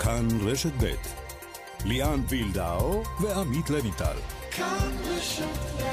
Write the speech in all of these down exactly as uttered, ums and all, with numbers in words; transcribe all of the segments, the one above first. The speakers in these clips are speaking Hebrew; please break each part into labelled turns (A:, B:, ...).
A: כאן רשת ב' ליאן וילדאו ועמית לויטל. כאן רשת ב'.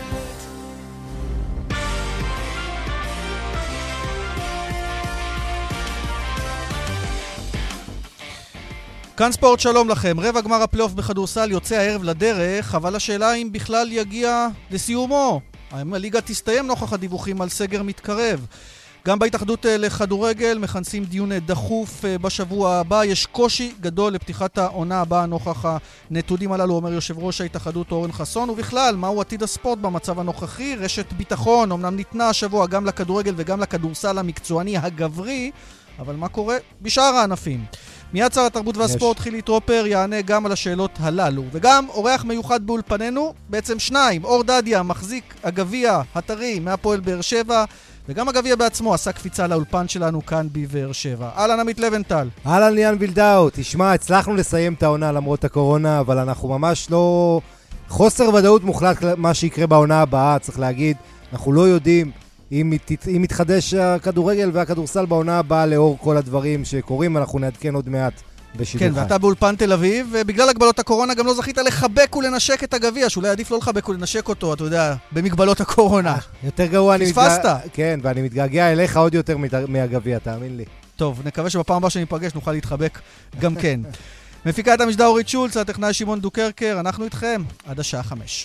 B: כאן ספורט, שלום לכם. רבע גמר הפלייאוף בכדורסל יוצא הערב לדרך, אבל השאלה אם בכלל יגיע לסיומו. האם הליגה תסתיים נוכח הדיווחים על סגר מתקרב? גם בהתאחדות לכדורגל מכנסים דיון דחוף בשבוע הבא. יש קושי גדול לפתיחת העונה הבאה נוכח הנתונים הללו, אומר יושב ראש ההתאחדות אורן חסון. ובכלל, מהו עתיד הספורט במצב הנוכחי? רשת ביטחון אמנם ניתנה השבוע גם לכדורגל וגם לכדורסל המקצועני הגברי, אבל מה קורה בשאר הענפים? מיד שר התרבות והספורט חילי טרופר יענה גם על השאלות הללו. וגם אורח מיוחד באולפנינו, בעצם שניים, אור דדיה, מחזיק הגביע הטרי מהפועל באר שבע, וגם הגביע בעצמו עשה קפיצה לאולפן שלנו כאן בבאר שבע. אהלן עמית לבנטל.
C: אהלן ליאן וילדאו. תשמע, הצלחנו לסיים את העונה למרות הקורונה, אבל אנחנו ממש לא... חוסר ודאות מוחלט מה שיקרה בעונה הבאה, צריך להגיד. אנחנו לא יודעים אם, אם יתחדש הכדורגל והכדורסל בעונה הבאה לאור כל הדברים שקורים, אנחנו נעדכן עוד מעט בשידור
B: כן,
C: חי.
B: ואתה באולפן תל אביב, ובגלל הגבלות הקורונה גם לא זכית לחבק ולנשק את הגביע, שאולי עדיף לא לחבק ולנשק אותו, אתה יודע, במגבלות הקורונה.
C: יותר גרוע, אני
B: פספסת.
C: מתגע... כן, ואני מתגעגע אליך עוד יותר מהגביע, תאמין לי.
B: טוב, נקווה שבפעם הבאה שניפגש נוכל להתחבק גם כן. מפיקה את המשדר אורית שולץ, הטכנאי שמעון דוקרקר, אנחנו איתכם עד השעה חמש.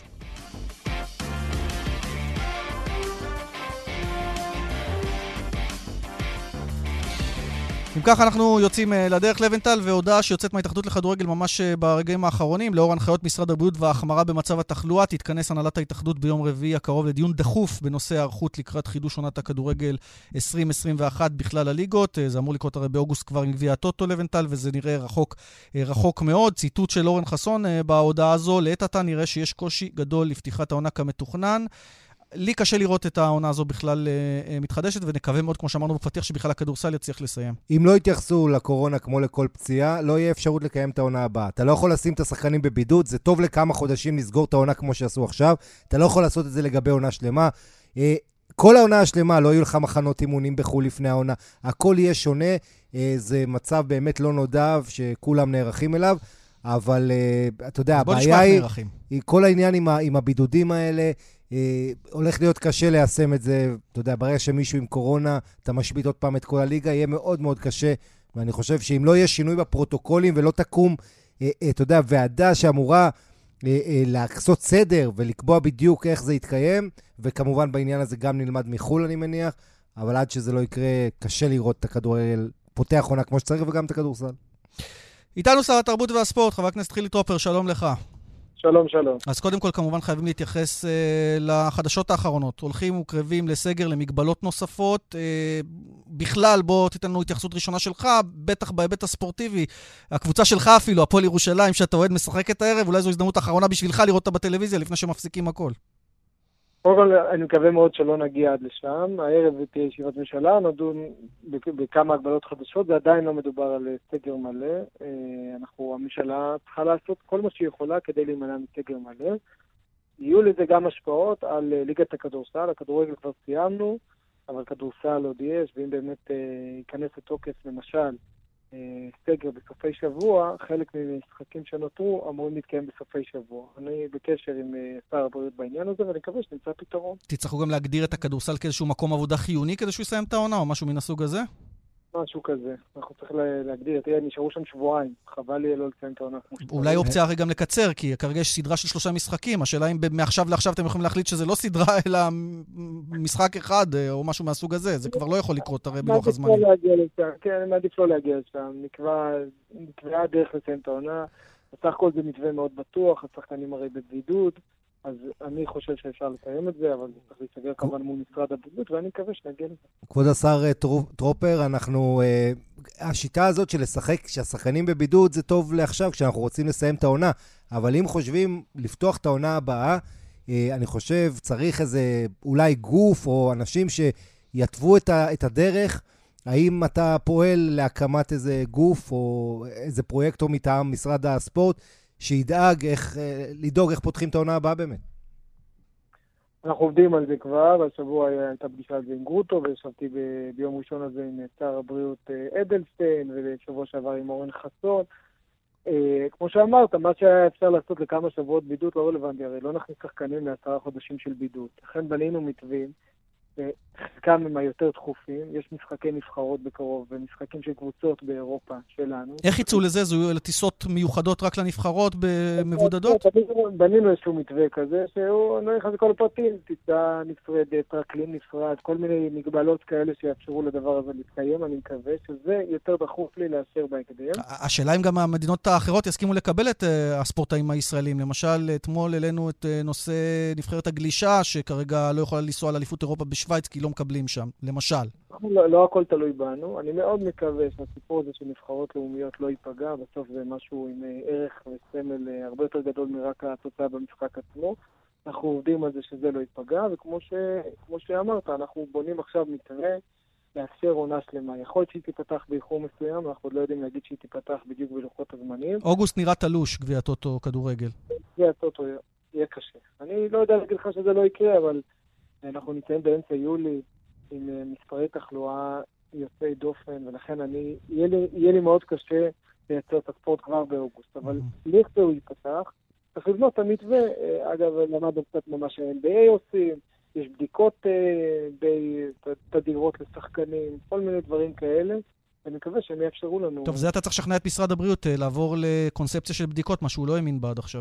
B: אם כך אנחנו יוצאים לדרך. לבנטל, והודעה שיוצאת מההתאחדות לכדורגל ממש ברגעים האחרונים, לאור הנחיות משרד הבריאות וההחמרה במצב התחלואה, תתכנס הנהלת ההתאחדות ביום רביעי הקרוב לדיון דחוף בנושא הערכות לקראת חידוש עונת הכדורגל עשרים עשרים ואחת בכלל הליגות. זה אמור לקרות הרי באוגוסט כבר עם גביע הטוטו, לבנטל, וזה נראה רחוק, רחוק מאוד. ציטוט של אורן חסון בהודעה הזו: לעת עתה נראה שיש קושי גדול לפתיחת העונה כמתוכנן. לי קשה לראות את העונה הזו בכלל אה, מתחדשת, ונקווה מאוד, כמו שאמרנו בפתיח, שבכלל הכדורסל יצליח לסיים.
C: אם לא יתייחסו לקורונה כמו לכל פציעה, לא יהיה אפשרות לקיים את העונה הבאה. אתה לא יכול לשים את השחקנים בבידוד, זה טוב לכמה חודשים לסגור את העונה כמו שעשו עכשיו, אתה לא יכול לעשות את זה לגבי עונה שלמה. אה, כל העונה השלמה, לא יהיו לך מחנות אימונים בחול לפני העונה, הכל יהיה שונה, אה, זה מצב באמת לא נודע שכולם נערכים אליו, אבל אה, אתה יודע, הבעיה היא, היא כל העניין עם, ה, עם הבידודים האלה, הולך להיות קשה ליישם את זה. אתה יודע, ברגע שמישהו עם קורונה, אתה משבית עוד פעם את כל הליגה, יהיה מאוד מאוד קשה, ואני חושב שאם לא יהיה שינוי בפרוטוקולים ולא תקום, אתה יודע, ועדה שאמורה לעשות סדר ולקבוע בדיוק איך זה יתקיים, וכמובן בעניין הזה גם נלמד מחול, אני מניח, אבל עד שזה לא יקרה, קשה לראות את הכדורגל פותח עונה כמו שצריך, וגם את הכדורסל.
B: איתנו שר התרבות והספורט, חבר הכנסת חילי טרופר, שלום לך.
D: שלום, שלום.
B: אז קודם כל, כמובן, חייבים להתייחס אה, לחדשות האחרונות. הולכים וקרבים לסגר, למגבלות נוספות. אה, בכלל, בוא תיתן לנו התייחסות ראשונה שלך, בטח בהיבט הספורטיבי. הקבוצה שלך אפילו, הפועל ירושלים, שאתה אוהד משחקת הערב, אולי זו הזדמנות האחרונה בשבילך לראות אותה בטלוויזיה, לפני שמפסיקים הכל.
D: קודם כל, אני מקווה מאוד שלא נגיע עד לשם. הערב תהיה ישיבת ממשלה, נדון בכמה הגבלות חדשות, זה עדיין לא מדובר על סגר מלא. אנחנו, הממשלה צריכה לעשות כל מה שהיא יכולה כדי להימנע מסגר מלא. יהיו לזה גם השפעות על ליגת הכדורסל, הכדורגל כבר סיימנו, אבל כדורסל עוד יש, ואם באמת ייכנס לתוקף למשל סגר בסופי שבוע, חלק ממשחקים שנותרו אמורים להתקיים בסופי שבוע. אני בקשר עם שר הבריאות בעניין הזה, ואני מקווה שנמצא פתרון.
B: תצטרכו גם להגדיר את הכדורסל כאיזשהו מקום עבודה חיוני כדי שהוא יסיים את העונה, או משהו מן הסוג הזה?
D: משהו כזה. אנחנו צריכים להגדיר. תראה, נשארו שם שבועיים. חבל לי לא לסיים את העונה כמו שצריך.
B: אולי אופציה הרי גם לקצר, כי כרגע יש סדרה של שלושה משחקים. השאלה אם מעכשיו לעכשיו אתם יכולים להחליט שזה לא סדרה, אלא משחק אחד, או משהו מהסוג הזה. זה כבר לא יכול לקרות הרי בלוח הזמנים.
D: כן, אני מעדיף לא להגיע לשם. נקבעה דרך לסיים את העונה. בסך הכל זה מתווה מאוד בטוח. השחקנים הרי בבידוד. אז אני חושב שאפשר לקיים את זה, אבל צריך להסתגר כמובן מול משרד הבריאות, ואני מקווה שנגיע לזה.
C: כבוד השר טרופר, אנחנו, השיטה הזאת של לשחק, שהשחקנים בבידוד זה טוב לעכשיו, כשאנחנו רוצים לסיים את העונה, אבל אם חושבים לפתוח את העונה הבאה, אני חושב צריך איזה אולי גוף או אנשים שיתוו את הדרך. האם אתה פועל להקמת איזה גוף או איזה פרויקטור מטעם משרד הספורט, שידאג איך, לדאוג איך פותחים את העונה הבאה באמת?
D: אנחנו עובדים על זה כבר, השבוע הייתה פגישה על זה עם גרוטו, וישבתי ב- ביום ראשון הזה עם שר הבריאות אדלשטיין, ובשבוע שעבר עם אורן חסון. כמו שאמרת, מה שהיה אפשר לעשות לכמה שבועות בידוד לא רלוונטי, הרי לא נכניס שחקנים לעשרה חודשים של בידוד. לכן בנינו מתווים, חלקם הם היותר דחופים, יש משחקי נבחרות בקרוב, ומשחקים של קבוצות באירופה שלנו.
B: איך יצאו לזה? זו טיסות מיוחדות רק לנבחרות במבודדות?
D: בנינו איזשהו מתווה כזה, שהוא לא נכנס לכל הפרטים, טיסה נפרדת, טרקלין נפרד, כל מיני מגבלות כאלה שיאפשרו לדבר הזה להתקיים, אני מקווה שזה יותר דחוף לי לאשר בהקדם.
B: השאלה אם גם המדינות האחרות יסכימו לקבל את הספורטאים הישראלים. למשל, אתמול אלינו את נושא נבחרת הגלישה, שכרגע לא יכולה לנסוע לאליפות אירופה בשוויץ, כי לא מקבלים שם, למשל.
D: לא, לא הכל תלוי בנו. אני מאוד מקווה שהסיפור הזה של נבחרות לאומיות לא ייפגע. בסוף זה משהו עם ערך וסמל הרבה יותר גדול מרק התוצאה במשחק עצמו. אנחנו עובדים על זה שזה לא ייפגע, וכמו ש... כמו שאמרת, אנחנו בונים עכשיו מתווה לאפשר עונה שלמה. יכול להיות שהיא תיפתח באיחור מסוים, אנחנו עוד לא יודעים להגיד שהיא תיפתח בדיוק בלוחות הזמנים.
B: אוגוסט נראה תלוש, גביע הטוטו כדורגל.
D: גביע הטוטו יהיה קשה. אני לא יודע להגיד לך שזה לא יקרה, אבל אנחנו נמצאים באמצע יולי עם מספרי תחלואה יוצאי דופן, ולכן אני, יהיה לי, יהיה לי מאוד קשה לייצר את הספורט כבר באוגוסט. אבל לכתו הוא ייפתח, צריך לבנות את המתווה. אגב, למדנו קצת ממה ש-אן בי איי עושים, יש בדיקות תדירות לשחקנים, כל מיני דברים כאלה, ואני מקווה שהם יאפשרו לנו.
B: טוב, זה אתה צריך לשכנע את משרד הבריאות לעבור לקונספציה של בדיקות, מה שהוא לא האמין בה עד עכשיו.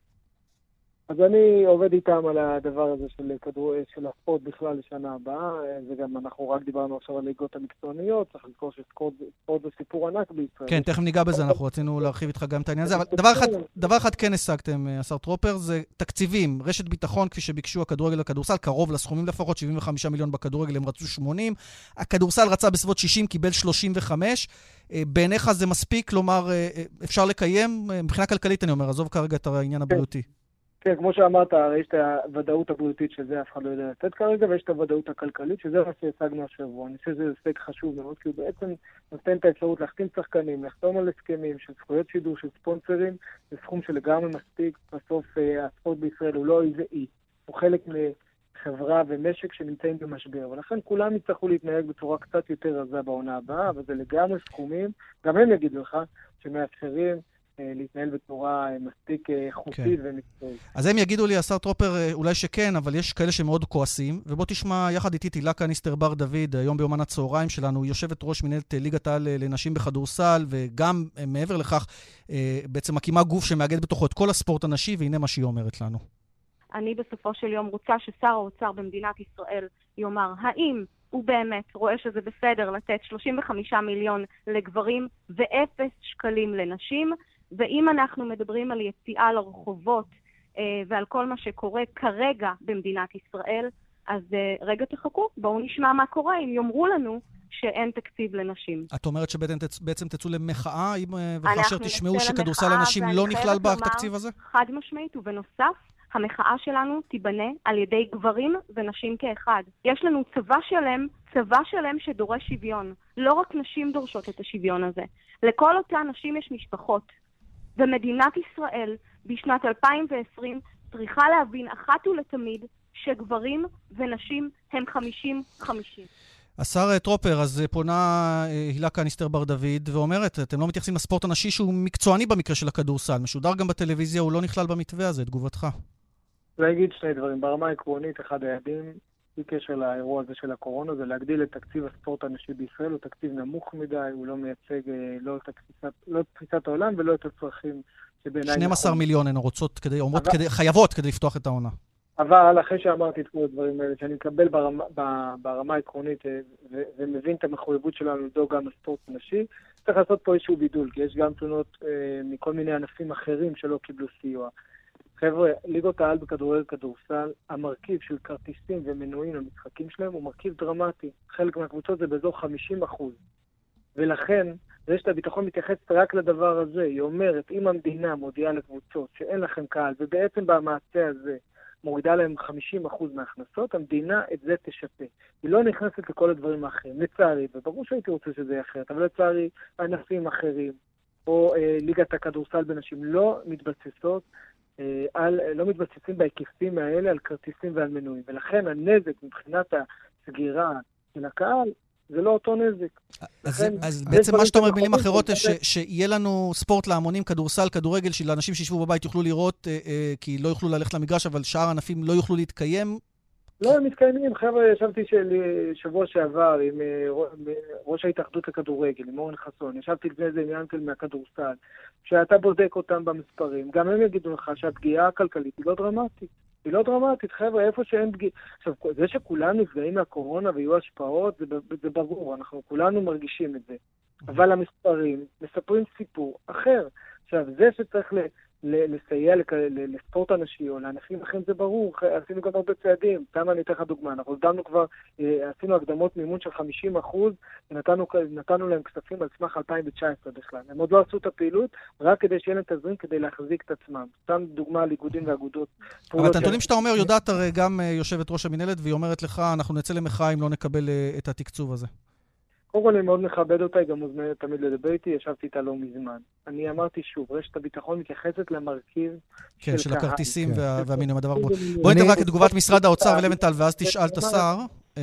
D: אז אני עובד איתם על הדבר הזה של כדור, של הספורט בכלל לשנה הבאה, וגם אנחנו רק דיברנו עכשיו על ליגות המקצועניות, צריך לזכור שספורט זה סיפור ענק בישראל.
B: כן, תכף ניגע בזה, אנחנו רצינו להרחיב איתך גם את העניין הזה, אבל דבר אחד, דבר אחד כן השגתם, השר טרופר, זה תקציבים, רשת ביטחון, כפי שביקשו הכדורגל והכדורסל, קרוב לסכומים לפחות, שבעים וחמישה מיליון בכדורגל, הם רצו שמונים, הכדורסל רצה בסביבות שישים, קיבל שלושים וחמש, בעיניך זה מספיק, כלומר, אפשר לקיים, מבחינה כלכלית אני אומר, עזוב כרגע את העניין הבריאותי.
D: כן, כמו שאמרת, הרי יש את הוודאות הבריאותית שזה אף אחד לא יודע לתת כרגע, ויש את הוודאות הכלכלית, שזה מה שהשגנו השבוע. אני חושב שזה הישג חשוב מאוד, כי הוא בעצם נותן את האפשרות להחתים שחקנים, לחתום על הסכמים של זכויות שידור, של ספונסרים, זה סכום שלגמרי מספיק. בסוף הספורט בישראל הוא לא איזה אי, הוא חלק מחברה ומשק שנמצאים במשבר, ולכן כולם יצטרכו להתנהג בצורה קצת יותר רזה בעונה הבאה, אבל זה לגמרי סכומים, גם הם יגידו לך, שמאפשרים להתנהל בצורה מספיק איכותית ומקצועית.
B: אז הם יגידו לי, השר טרופר, אולי שכן, אבל יש כאלה שמאוד כועסים, ובוא תשמע יחד איתי הילה קניסטר בר דוד, היום ביומן הצהריים שלנו, יושבת ראש מנהלת ליגת העל לנשים בכדורסל, וגם מעבר לכך, בעצם מקימה גוף שמאגד בתוכו את כל הספורט הנשי, והנה מה שהיא אומרת לנו.
E: אני בסופו של יום רוצה ששר האוצר במדינת ישראל יאמר, האם הוא באמת רואה שזה בסדר לתת שלושים וחמישה מיליון לגברים ואפס שקלים לנשים, ואם אנחנו מדברים על יציאה לרחובות אה, ועל כל מה שקורה כרגע במדינת ישראל, אז אה, רגע תחכו, בואו נשמע מה קורה אם יאמרו לנו שאין תקציב לנשים.
B: את אומרת שבעצם תצאו למחאה, וכאשר תשמעו שכדורסל לנשים לא נכלל בתקציב הזה?
E: חד משמעית, ובנוסף, המחאה שלנו תיבנה על ידי גברים ונשים כאחד. יש לנו צבא שלם, צבא שלם שדורש שוויון. לא רק נשים דורשות את השוויון הזה. לכל אותה נשים יש משפחות. ומדינת ישראל בשנת אלפיים ועשרים צריכה להבין אחת ולתמיד שגברים ונשים הם חמישים חמישים.
B: השר טרופר, אז פונה הילה קניסטר בר דוד ואומרת, אתם לא מתייחסים לספורט הנשי שהוא מקצועני במקרה של הכדורסל. משודר גם בטלוויזיה, הוא לא נכלל במתווה הזה, תגובתך.
D: להגיד שני דברים. ברמה העקרונית, אחד היעדים, בלי קשר לאירוע הזה של הקורונה, זה להגדיל את תקציב הספורט הנשי בישראל. הוא תקציב נמוך מדי, הוא לא מייצג לא את תפיסת, לא את תפיסת העולם ולא את הצרכים שבעיניי...
B: שנים עשר מיליון הן רוצות, כדי, אומרות, כדי, חייבות כדי לפתוח את העונה.
D: אבל אחרי שאמרתי את כל הדברים האלה, שאני מקבל ברמה, ברמה העקרונית ו- ומבין את המחויבות שלנו לדאוג גם לספורט נשי, צריך לעשות פה איזשהו בידול, כי יש גם תלונות אה, מכל מיני ענפים אחרים שלא קיבלו סיוע. חבר'ה, ליגות העל בכדורגל כדורסל, המרכיב של כרטיסים ומנויים למשחקים שלהם הוא מרכיב דרמטי. חלק מהקבוצות זה באזור חמישים אחוז. ולכן, רשת הביטחון מתייחסת רק לדבר הזה. היא אומרת, אם המדינה מודיעה לקבוצות שאין לכם קהל, ובעצם במעשה הזה מורידה להם חמישים אחוז מההכנסות, המדינה את זה תשפה. היא לא נכנסת לכל הדברים האחרים. לצערי, וברור שהייתי רוצה שזה יהיה אחרת, אבל לצערי, ענפים אחרים, או אה, ליגת הכדורסל בנשים, לא מתבססות, אה, על, לא מתבססים בהיקפים האלה על כרטיסים ועל מנויים. ולכן הנזק מבחינת הסגירה של הקהל, זה לא אותו נזק.
B: אז, לכן, אז בעצם מה שאתה אומר במילים אחרות, ש, שיהיה לנו ספורט להמונים, כדורסל, כדורגל, שלאנשים שישבו בבית יוכלו לראות, אה, אה, כי לא יוכלו ללכת למגרש, אבל שאר ענפים לא יוכלו להתקיים.
D: לא, הם מתקיימים. חבר'ה, ישבתי של, שבוע שעבר עם ראש ההתאחדות לכדורגל, עם אורן חסון. ישבתי לפני זה עם ינקל מהכדורסל. שאתה בודק אותם במספרים, גם הם יגידו לך שהפגיעה הכלכלית היא לא דרמטית. היא לא דרמטית, חבר'ה, איפה שאין פגיעה. עכשיו, זה שכולנו נפגעים מהקורונה ויהיו השפעות, זה, זה ברור, אנחנו כולנו מרגישים את זה. אבל המספרים מספרים סיפור אחר. עכשיו, זה שצריך ל... לסייע לספורט אנשי או לענפים אחרים זה ברור, עשינו גם הרבה צעדים, סתם אני אתן לך דוגמה, אנחנו דמנו כבר, עשינו הקדמות מימון של חמישים אחוז, ונתנו להם כספים על סמך אלפיים תשע עשרה בכלל, הם עוד לא עשו את הפעילות, רק כדי שיהיה להם תזרים כדי להחזיק את עצמם, סתם דוגמה על איגודים ואגודות.
B: אבל את הנתונים שאתה אומר, יודעת הרי גם יושבת ראש המנהלת, והיא אומרת לך, אנחנו נצא למחאה אם לא נקבל את התקצוב הזה.
D: קודם כל אני מאוד מכבד אותה, היא גם מוזמנת תמיד לדבר איתי, ישבתי איתה לא מזמן. אני אמרתי שוב, רשת הביטחון מתייחסת למרכיב של קהל.
B: של הכרטיסים והמינים הדבר. בואי ניתן רק את תגובת משרד האוצר ולבנטל, ואז תשאל את השר.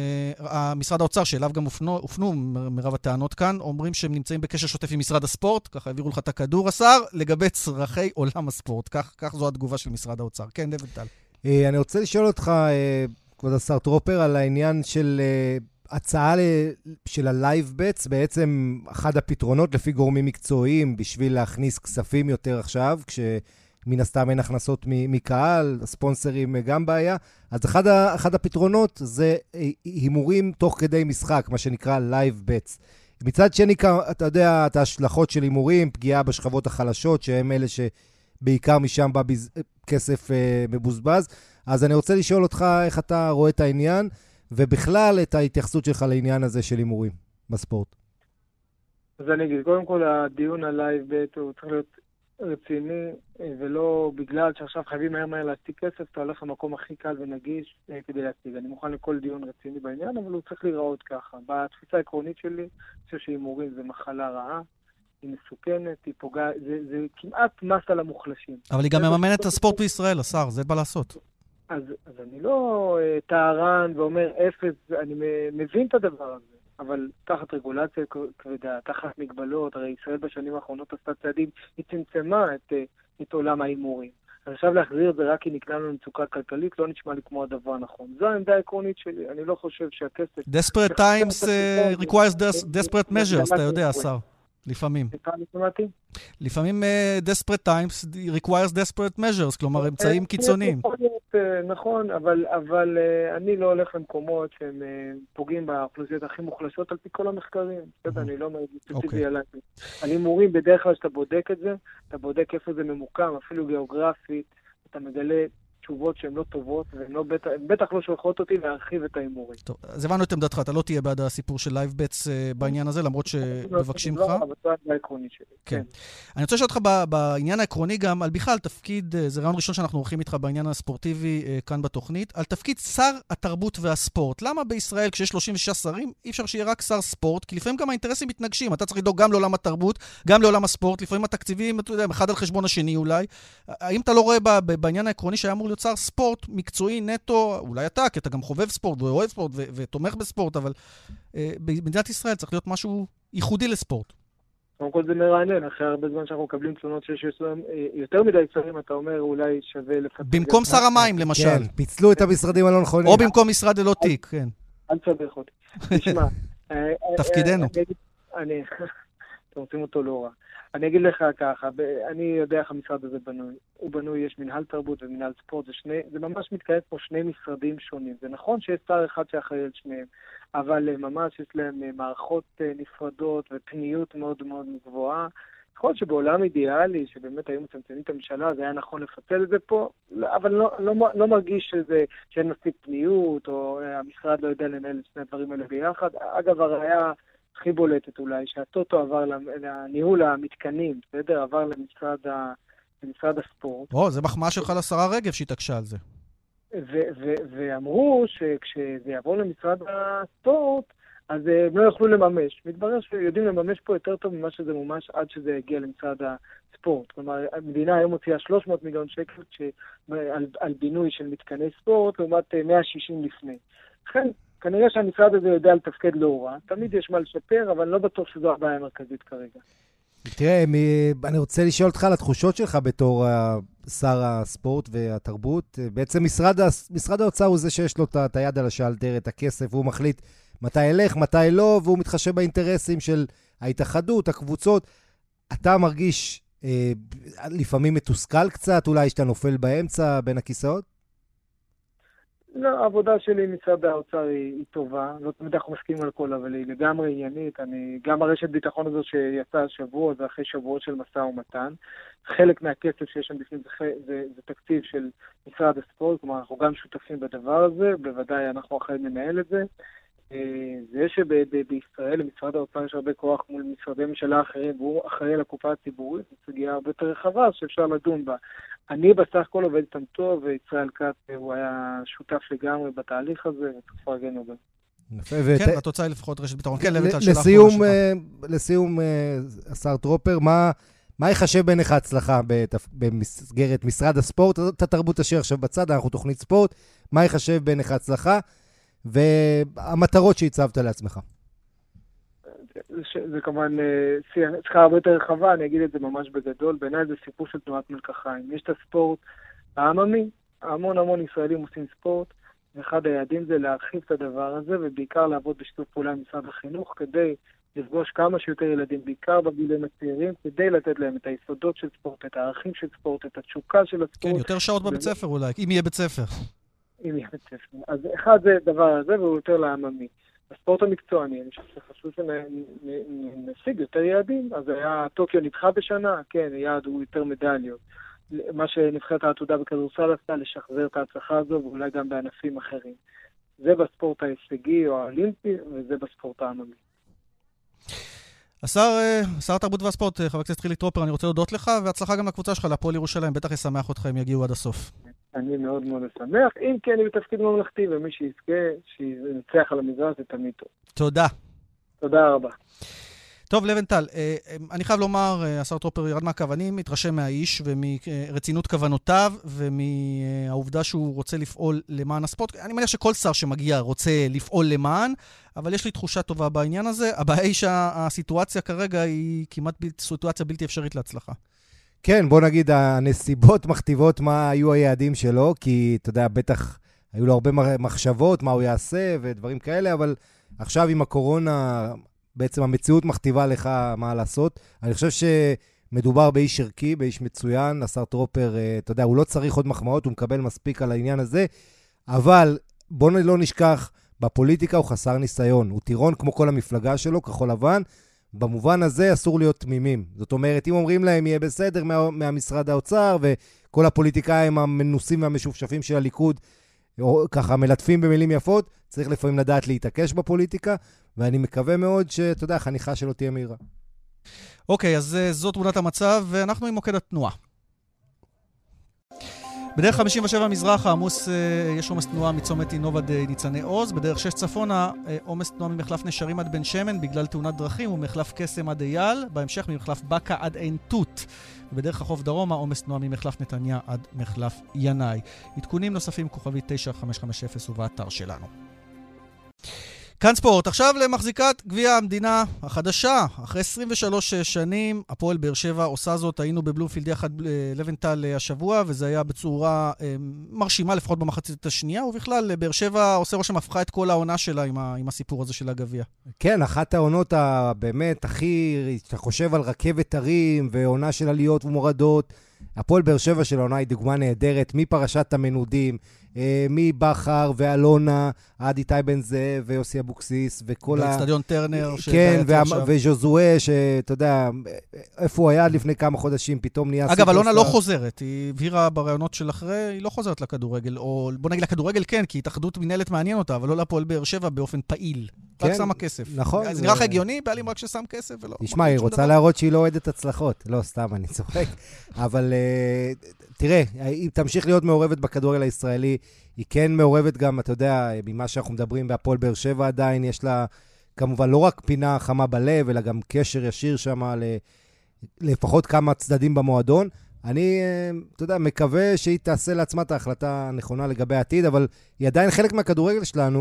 B: משרד האוצר, שאליו גם הופנו מרב הטענות כאן, אומרים שהם נמצאים בקשר שוטף עם משרד הספורט, ככה העבירו לך את הכדור, השר, לגבי צרכי עולם הספורט. כך זו התגובה של משרד האוצר. כן, לבנטל.
C: אני רוצה לשאול אותך, כבוד השר טרופר, על העניין של הצעה של הלייב בטס, בעצם אחד הפתרונות לפי גורמים מקצועיים בשביל להכניס כספים יותר עכשיו, כשמן הסתם אין הכנסות מקהל, הספונסרים גם בעיה. אז אחד, אחד הפתרונות זה הימורים תוך כדי משחק, מה שנקרא לייב בטס. מצד שני, אתה יודע, את ההשלכות של הימורים, פגיעה בשכבות החלשות, שהם אלה שבעיקר משם בא כסף מבוזבז. אז אני רוצה לשאול אותך איך אתה רואה את העניין, ובכלל את ההתייחסות שלך לעניין הזה של הימורים בספורט.
D: אז אני אגיד, קודם כל הדיון על לייב בט הוא צריך להיות רציני, ולא בגלל שעכשיו חייבים מהר מהר להשיג כסף, אתה הולך למקום הכי קל ונגיש כדי להשיג. אני מוכן לכל דיון רציני בעניין, אבל הוא צריך להיראות ככה. בתפיסה העקרונית שלי, אני חושב שהימורים זה מחלה רעה, היא מסוכנת, היא פוגעת, זה, זה כמעט מס על המוחלשים.
B: אבל היא גם מממנת את הספורט בישראל, השר, זה בא לעשות.
D: אז, אז אני לא uh, טהרן ואומר אפס, אני מבין את הדבר הזה, אבל תחת רגולציה כבדה, תחת מגבלות, הרי ישראל בשנים האחרונות עשתה צעדים, היא צמצמה את, uh, את עולם ההימורים. אז עכשיו להחזיר את זה רק כי נקלענו למצוקה כלכלית, לא נשמע לי כמו הדבר הנכון. זו העמדה העקרונית שלי, אני לא חושב שהכסף...
B: Desperate times uh, requires desperate measures, אתה יודע, השר. לפעמים. לפעמים uh, desperate times requires desperate measures, כלומר אמצעים קיצוניים.
D: נכון, אבל, אבל uh, אני לא הולך למקומות שהם uh, פוגעים באוכלוסיות הכי מוחלשות על פי כל המחקרים. בסדר, אני לא מרגיש ספציפי עליי. על הימורים בדרך כלל שאתה בודק את זה, אתה בודק איפה זה ממוקם, אפילו גיאוגרפית, אתה מגלה תשובות שהן לא טובות, והן לא, בטח, בטח לא שולחות אותי להרחיב את ההימורים.
B: טוב, אז הבנו את עמדתך, אתה לא תהיה בעד הסיפור של לייב בטס בעניין הזה, למרות שמבקשים לך.
D: לא, אבל זו העמדה העקרונית שלי.
B: כן. אני רוצה לשאול אותך בעניין העקרוני גם, על בכלל תפקיד, זה רעיון ראשון שאנחנו עורכים איתך בעניין הספורטיבי כאן בתוכנית, על תפקיד שר התרבות והספורט. למה בישראל, כשיש שלושים ושישה שרים, אי אפשר שיהיה רק שר ספורט? כי לפעמים גם האינטרסים מתנגשים. אתה צריך לדאוג גם לעולם התרבות, גם לעולם הספורט. לפעמים התקציבים, אתה יודע, אחד על חשבון השני אולי. האם אתה לא רואה בעניין העקרוני שהיה אמור להיות שר ספורט מקצועי נטו, אולי אתה, כי אתה גם חובב ספורט ואוהב ספורט ו- ותומך בספורט, אבל אה, במדינת ישראל צריך להיות משהו ייחודי לספורט.
D: קודם כל זה מרענן, אחרי הרבה זמן שאנחנו מקבלים תלונות שיש יותר מדי שרים, אתה אומר אולי שווה לפתח...
B: במקום שר המים למשל.
C: כן, פיצלו את המשרדים הלא נכונים.
B: או במקום משרד ללא תיק, כן.
D: אל תסבך אותי. תשמע.
B: תפקידנו.
D: אני... אתם רוצים אותו לא רע. אני אגיד לך ככה, אני יודע איך המשרד הזה בנוי. הוא בנוי, יש מנהל תרבות ומנהל ספורט, זה, שני, זה ממש מתקיים פה שני משרדים שונים. זה נכון שיש שר אחד שאחראי על שניהם, אבל ממש יש להם מערכות נפרדות ופניות מאוד מאוד גבוהה. יכול שבעולם אידיאלי, שבאמת היו מצמצמים את הממשלה, זה היה נכון לפצל את זה פה, אבל לא, לא, לא מרגיש שזה, שאין מספיק פניות, או המשרד לא יודע לנהל את שני הדברים האלה ביחד. אגב, הראיה הכי בולטת אולי, שהטוטו עבר לניהול המתקנים, בסדר? עבר למשרד, ה, למשרד הספורט.
B: או, זה מחמאה שלך לשרה רגב שהתעקשה על זה.
D: ו- ו- ואמרו שכשזה יעבור למשרד הספורט, אז הם לא יוכלו לממש. מתברר שיודעים לממש פה יותר טוב ממה שזה מומש עד שזה יגיע למשרד הספורט. כלומר, המדינה היום הוציאה שלוש מאות מיליון שקל ש... על, על בינוי של מתקני ספורט, לעומת מאה ושישים לפני. לכן, כנראה שהמשרד הזה יודע לתפקד לא רע. תמיד יש מה לשפר, אבל לא בטוח שזו הבעיה המרכזית כרגע.
C: תראה, אני רוצה לשאול אותך על התחושות שלך בתור שר הספורט והתרבות. בעצם משרד, משרד האוצר הוא זה שיש לו את היד על השלטר, את הכסף, והוא מחליט מתי ילך, מתי לא, והוא מתחשב באינטרסים של ההתאחדות, הקבוצות. אתה מרגיש אה, לפעמים מתוסכל קצת, אולי שאתה נופל באמצע בין הכיסאות?
D: לא, העבודה שלי עם משרד האוצר היא, היא טובה, לא תמיד אנחנו מסכימים על כל, אבל היא לגמרי עניינית. אני, גם הרשת ביטחון הזו שיצאה השבוע, זה אחרי שבועות של משא ומתן. חלק מהכסף שיש שם בפנים זה, זה, זה תקציב של משרד הספורט, כלומר אנחנו גם שותפים בדבר הזה, בוודאי אנחנו אחרי לנהל את זה. זה שבישראל למשרד האוצר יש הרבה כוח מול משרדי ממשלה אחרים, והוא אחראי לקופה הציבורית, זו סוגיה הרבה יותר רחבה שאפשר לדון בה. אני בסך הכל עובד איתם טוב, וישראל כץ הוא היה שותף לגמרי בתהליך הזה, וצריך לפרגן לו גם.
B: כן, התוצאה היא לפחות רשת ביטחון. כן,
C: לסיום, השר טרופר, מה יחשב בעיניך הצלחה במסגרת משרד הספורט? את התרבות השאיר עכשיו בצד, אנחנו תוכנית ספורט, מה יחשב בעיניך הצלחה? והמטרות שהצבת לעצמך.
D: זה כמובן שיחה הרבה יותר רחבה, אני אגיד את זה ממש בגדול. בעיניי זה סיפור של תנועת מלקחיים. יש את הספורט העממי, המון המון ישראלים עושים ספורט, ואחד היעדים זה להרחיב את הדבר הזה, ובעיקר לעבוד בשיתוף פעולה עם משרד החינוך, כדי לפגוש כמה שיותר ילדים, בעיקר בגילים הצעירים, כדי לתת להם את היסודות של ספורט, את הערכים של ספורט, את התשוקה של הספורט.
B: כן, יותר שעות בבית ספר אולי, אם יהיה בית ספר.
D: אם יהיה בית ספר. אז אחד זה דבר הזה, והוא יותר לעממי. הספורט המקצועני, אני חושב שחשוב שנשיג יותר יעדים, אז היה, טוקיו נדחה בשנה, כן, היעד הוא יותר מדליות. מה שנבחרת העתודה בכדורסל עשתה, לשחזר את ההצלחה הזו, ואולי גם בענפים אחרים. זה בספורט ההישגי או האולימפי, וזה בספורט העממי.
B: השר, שר התרבות והספורט, חבר הכנסת חילי טרופר, אני רוצה להודות לך, והצלחה גם לקבוצה שלך, להפועל ירושלים, בטח ישמח אותך אם יגיעו עד הסוף.
D: אני מאוד מאוד אשמח, אם כן אני בתפקיד ממלכתי, ומי שיזכה, שינצח על המזרח, זה תמיד טוב.
B: תודה.
D: תודה רבה.
B: טוב, לבנטל, אני חייב לומר, השר טרופר ירד מהקו, אני מתרשם מהאיש ומרצינות כוונותיו ומהעובדה שהוא רוצה לפעול למען הספורט. אני מניח שכל שר שמגיע רוצה לפעול למען, אבל יש לי תחושה טובה בעניין הזה. הבעיה היא שהסיטואציה כרגע היא כמעט סיטואציה בלתי אפשרית להצלחה.
C: כן, בוא נגיד, הנסיבות מכתיבות מה היו היעדים שלו, כי אתה יודע, בטח היו לו הרבה מחשבות, מה הוא יעשה ודברים כאלה, אבל עכשיו עם הקורונה, בעצם המציאות מכתיבה לך מה לעשות. אני חושב שמדובר באיש ערכי, באיש מצוין, השר טרופר, אתה יודע, הוא לא צריך עוד מחמאות, הוא מקבל מספיק על העניין הזה, אבל בוא לא נשכח, בפוליטיקה הוא חסר ניסיון, הוא טירון כמו כל המפלגה שלו, כחול לבן, במובן הזה אסור להיות תמימים. זאת אומרת, אם אומרים להם יהיה בסדר מה, מהמשרד האוצר, וכל הפוליטיקאים המנוסים והמשופשפים של הליכוד, או, ככה מלטפים במילים יפות, צריך לפעמים לדעת להתעקש בפוליטיקה, ואני מקווה מאוד שאתה יודע, החניכה שלו תהיה מהירה.
B: אוקיי, אז זו תמונת המצב, ואנחנו עם מוקד התנועה. בדרך חמישים ושבע מזרח העמוס יש עומס תנועה מצומת עינוב עד ניצני עוז, בדרך שש צפונה עומס תנועה ממחלף נשרים עד בן שמן בגלל תאונת דרכים, ומחלף קסם עד אייל, בהמשך ממחלף בקה עד עין תות. ובדרך החוף דרומה עומס תנועה ממחלף נתניה עד מחלף ינאי. עדכונים נוספים כוכבי תשע חמש חמש אפס ובאתר שלנו. כאן ספורט, עכשיו למחזיקת גביע המדינה החדשה. אחרי עשרים ושלוש שנים, הפועל באר שבע עושה זאת. היינו בבלומפילד יחד לבנטל השבוע, וזה היה בצורה אה, מרשימה, לפחות במחצית השנייה, ובכלל, באר שבע עושה רושם, הפכה את כל העונה שלה עם, ה, עם הסיפור הזה של הגביע.
C: כן, אחת העונות הבאמת הכי, אתה חושב על רכבת הרים, ועונה של עליות ומורדות. הפועל באר שבע של העונה היא דוגמה נהדרת, מפרשת המנודים, מבחר ואלונה, עד איתי בן זאב ויוסי אבוקסיס, וכל ה...
B: באצטדיון טרנר.
C: כן, וז'וזואה, שאתה יודע, איפה הוא היה לפני כמה חודשים, פתאום נהיה...
B: אגב, אלונה לא חוזרת, היא הבהירה ברעיונות של אחרי, היא לא חוזרת לכדורגל, או בוא נגיד לכדורגל כן, כי התאחדות מנהלת מעניין אותה, אבל לא לפועל באר שבע באופן פעיל. רק שמה כסף.
C: נכון.
B: זה נראה לך הגיוני, בעלים רק ששם כסף ולא...
C: תשמע, היא רוצה להראות שהיא לא אוהדת הצלחות. לא, סתם, אני צוחק. אבל תראה, היא תמשיך להיות מעורבת בכדורגל הישראלי, היא כן מעורבת גם, אתה יודע, ממה שאנחנו מדברים בהפועל באר שבע עדיין, יש לה כמובן לא רק פינה חמה בלב, אלא גם קשר ישיר שם לפחות כמה צדדים במועדון. אני, אתה יודע, מקווה שהיא תעשה לעצמה את ההחלטה הנכונה לגבי העתיד, אבל היא עדיין חלק מהכדורגל שלנו,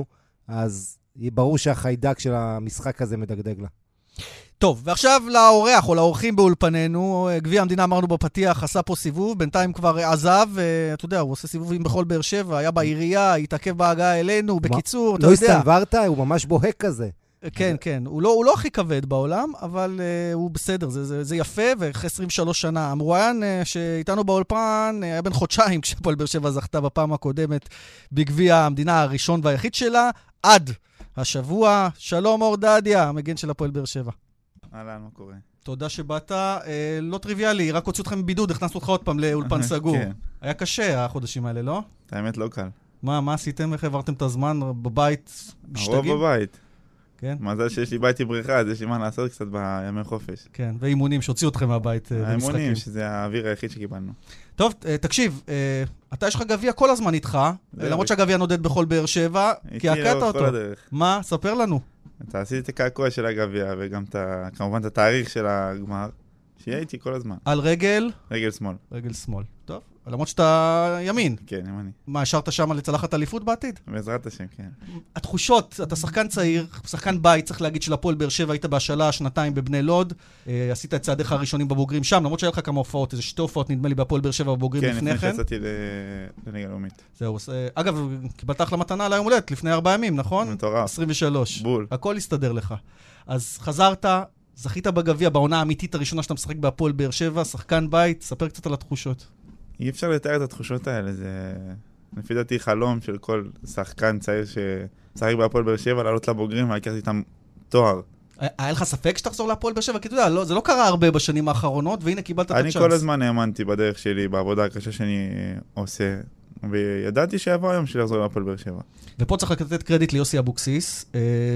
C: אז ברור שהחיידק של המשחק הזה מדגדג לה.
B: טוב, ועכשיו לאורח או לאורחים באולפנינו, גביע המדינה אמרנו בפתיח, עשה פה סיבוב, בינתיים כבר עזב, אתה יודע, הוא עושה סיבובים בכל באר שבע, היה בעירייה, התעכב בהגעה אלינו, בקיצור, אתה יודע.
C: לא הסתנברת, הוא ממש בוהק כזה.
B: כן, כן, הוא לא, הוא לא הכי כבד בעולם, אבל uh, הוא בסדר, זה, זה, זה יפה, ואחרי עשרים ושלוש שנה. המרואיין uh, שאיתנו באולפן uh, היה בן חודשיים, כשפועל באר שבע זכתה בפעם הקודמת בגביע המדינה הראשון והיחיד שלה, עד השבוע. שלום אור דדיה, המגן של הפועל באר שבע.
F: אהלן, מה קורה?
B: תודה שבאת, אה, לא טריוויאלי, רק הוצאו אתכם מבידוד, הכנסנו אותך עוד פעם לאולפן סגור.
F: כן.
B: היה קשה החודשים האלה, לא?
F: האמת לא קל.
B: מה, מה עשיתם? איך העברתם את הזמן בבית? משתגעים?
F: הרוב בבית.
B: כן.
F: מזל שיש לי בית עם בריכה, אז יש לי מה לעשות קצת בימי חופש.
B: כן, ואימונים שהוציאו אתכם מהבית במשחקים.
F: האימונים, שזה האוויר היחיד שקיבלנו.
B: טוב, תקשיב, אתה יש לך גביע כל הזמן איתך, למרות שהגביע נודד בכל באר שבע, כי הקעת אותו. מה? ספר לנו.
F: אתה עשיתי את הקעקוע של הגביע, וגם כמובן את התאריך של הגמר, שיהיה איתי כל הזמן.
B: על רגל?
F: רגל שמאל.
B: רגל שמאל. טוב, למרות שאתה ימין.
F: כן, ימני.
B: מה, השארת שם לצלחת אליפות בעתיד?
F: בעזרת השם, כן.
B: התחושות, אתה שחקן צעיר, שחקן בית, צריך להגיד של הפועל באר שבע, היית בהשאלה שנתיים בבני לוד, אה, עשית את צעדיך הראשונים בבוגרים שם, למרות שהיה לך כמה הופעות, איזה שתי הופעות נדמה לי בהפועל באר שבע בבוגרים
F: כן,
B: לפני כן.
F: כן, לפני שיצאתי לליגה לאומית.
B: זהו, אה, אגב, קיבלת אחלה מתנה ליום הולדת, לפני ארבעה ימים, נכון?
F: מטורף.
B: עשרים ושלוש.
F: בול.
B: הכל הסתדר לך. אז חזרת, זכית בגביע בעונה האמיתית הראשונה שאתה משחק בהפועל באר שבע, שחקן בית, ספר קצת על התחושות.
F: אי אפשר לתאר את התחושות האלה, זה לפי דעתי חלום של כל שחקן צעיר ששחק בהפועל באר שבע, לעלות לבוגרים ולקחת איתם תואר.
B: היה לך ספק שתחזור להפועל באר שבע? כי אתה יודע, לא, זה לא קרה הרבה בשנים האחרונות, והנה קיבלת את הצ'אנס.
F: אני כל הזמן האמנתי בדרך שלי, בעבודה הקשה שאני עושה, וידעתי שיבוא היום שלי לחזור להפועל באר שבע.
B: ופה צריך לתת קרדיט ליוסי אבוקסיס,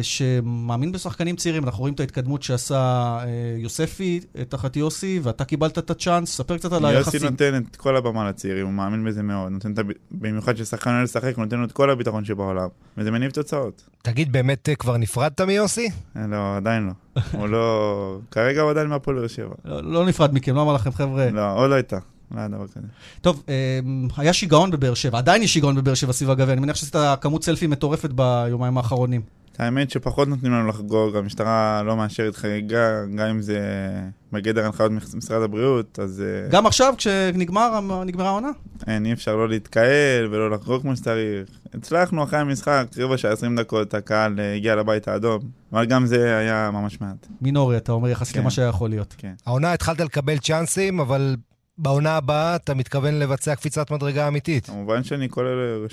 B: שמאמין בשחקנים צעירים. אנחנו רואים את ההתקדמות שעשה יוספי תחת יוסי, ואתה קיבלת את הצ'אנס. ספר קצת על היחסים.
F: יוסי נותן את כל הבמה לצעירים, הוא מאמין בזה מאוד. נותן את, במיוחד ששחקן עולה לשחק, הוא נותן לו את כל הביטחון שבעולם. וזה מניב תוצאות.
C: תגיד, באמת כבר נפרדת מיוסי?
F: לא, עדיין לא. הוא לא... כרגע הוא עדיין מהפועל באר שבע.
B: לא, לא נפרד מכם, לא אמר לכם, חבר'ה.
F: לא, עוד לא הייתה. לא היה דבר כזה.
B: טוב, היה שיגעון בבאר שבע, עדיין יש שיגעון בבאר שבע סביב הגביע, אני מניח שעשית כמות סלפי מטורפת ביומיים האחרונים.
F: האמת שפחות נותנים לנו לחגוג, המשטרה לא מאשרת חגיגה, גם אם זה בגדר הנחיות משרד הבריאות, אז...
B: גם עכשיו כשנגמרה העונה?
F: אין, אי אפשר לא להתקהל ולא לחגוג כמו שצריך. הצלחנו אחרי המשחק, רבע שעה עשרים דקות, הקהל הגיע לבית האדום, אבל גם זה היה ממש מעט.
B: מינורי, אתה אומר, יחסית למה שהיה יכול להיות.
F: כן.
C: העונה התחלת לקבל צ'אנסים, אבל... בעונה הבאה אתה מתכוון לבצע קפיצת מדרגה אמיתית.
F: כמובן שאני כל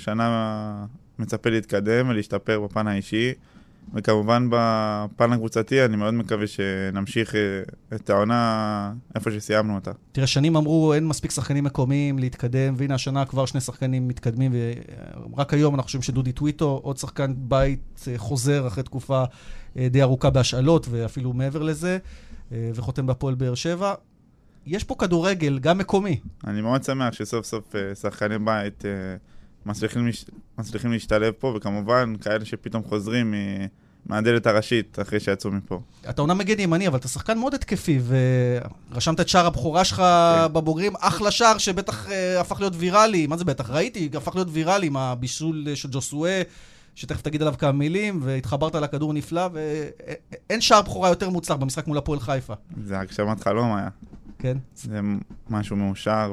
F: שנה מצפה להתקדם ולהשתפר בפן האישי, וכמובן בפן הקבוצתי אני מאוד מקווה שנמשיך את העונה איפה שסיימנו אותה.
B: תראה, שנים אמרו אין מספיק שחקנים מקומיים להתקדם, והנה השנה כבר שני שחקנים מתקדמים, ורק היום אנחנו חושבים שדודי טוויטו, עוד שחקן בית חוזר אחרי תקופה די ארוכה בהשאלות, ואפילו מעבר לזה, וחותם בהפועל באר שבע. יש פה כדורגל, גם מקומי.
F: אני מאוד שמח שסוף סוף שחקני בית מצליחים, מצליחים להשתלב פה, וכמובן כאלה שפתאום חוזרים מהדלת הראשית אחרי שיצאו מפה.
B: אתה עונה מגן ימני, אבל אתה שחקן מאוד התקפי, ורשמת את שער הבחורה שלך בבוגרים, אחלה שער שבטח הפך להיות ויראלי. מה זה בטח? ראיתי, הפך להיות ויראלי עם הבישול של ג'וסואה, שתכף תגיד עליו כמה מילים, והתחברת לכדור נפלא, ואין שער בחורה יותר מוצלח במשחק מול הפועל חיפה.
F: זה הגשמת חלום היה.
B: כן.
F: זה משהו מאושר,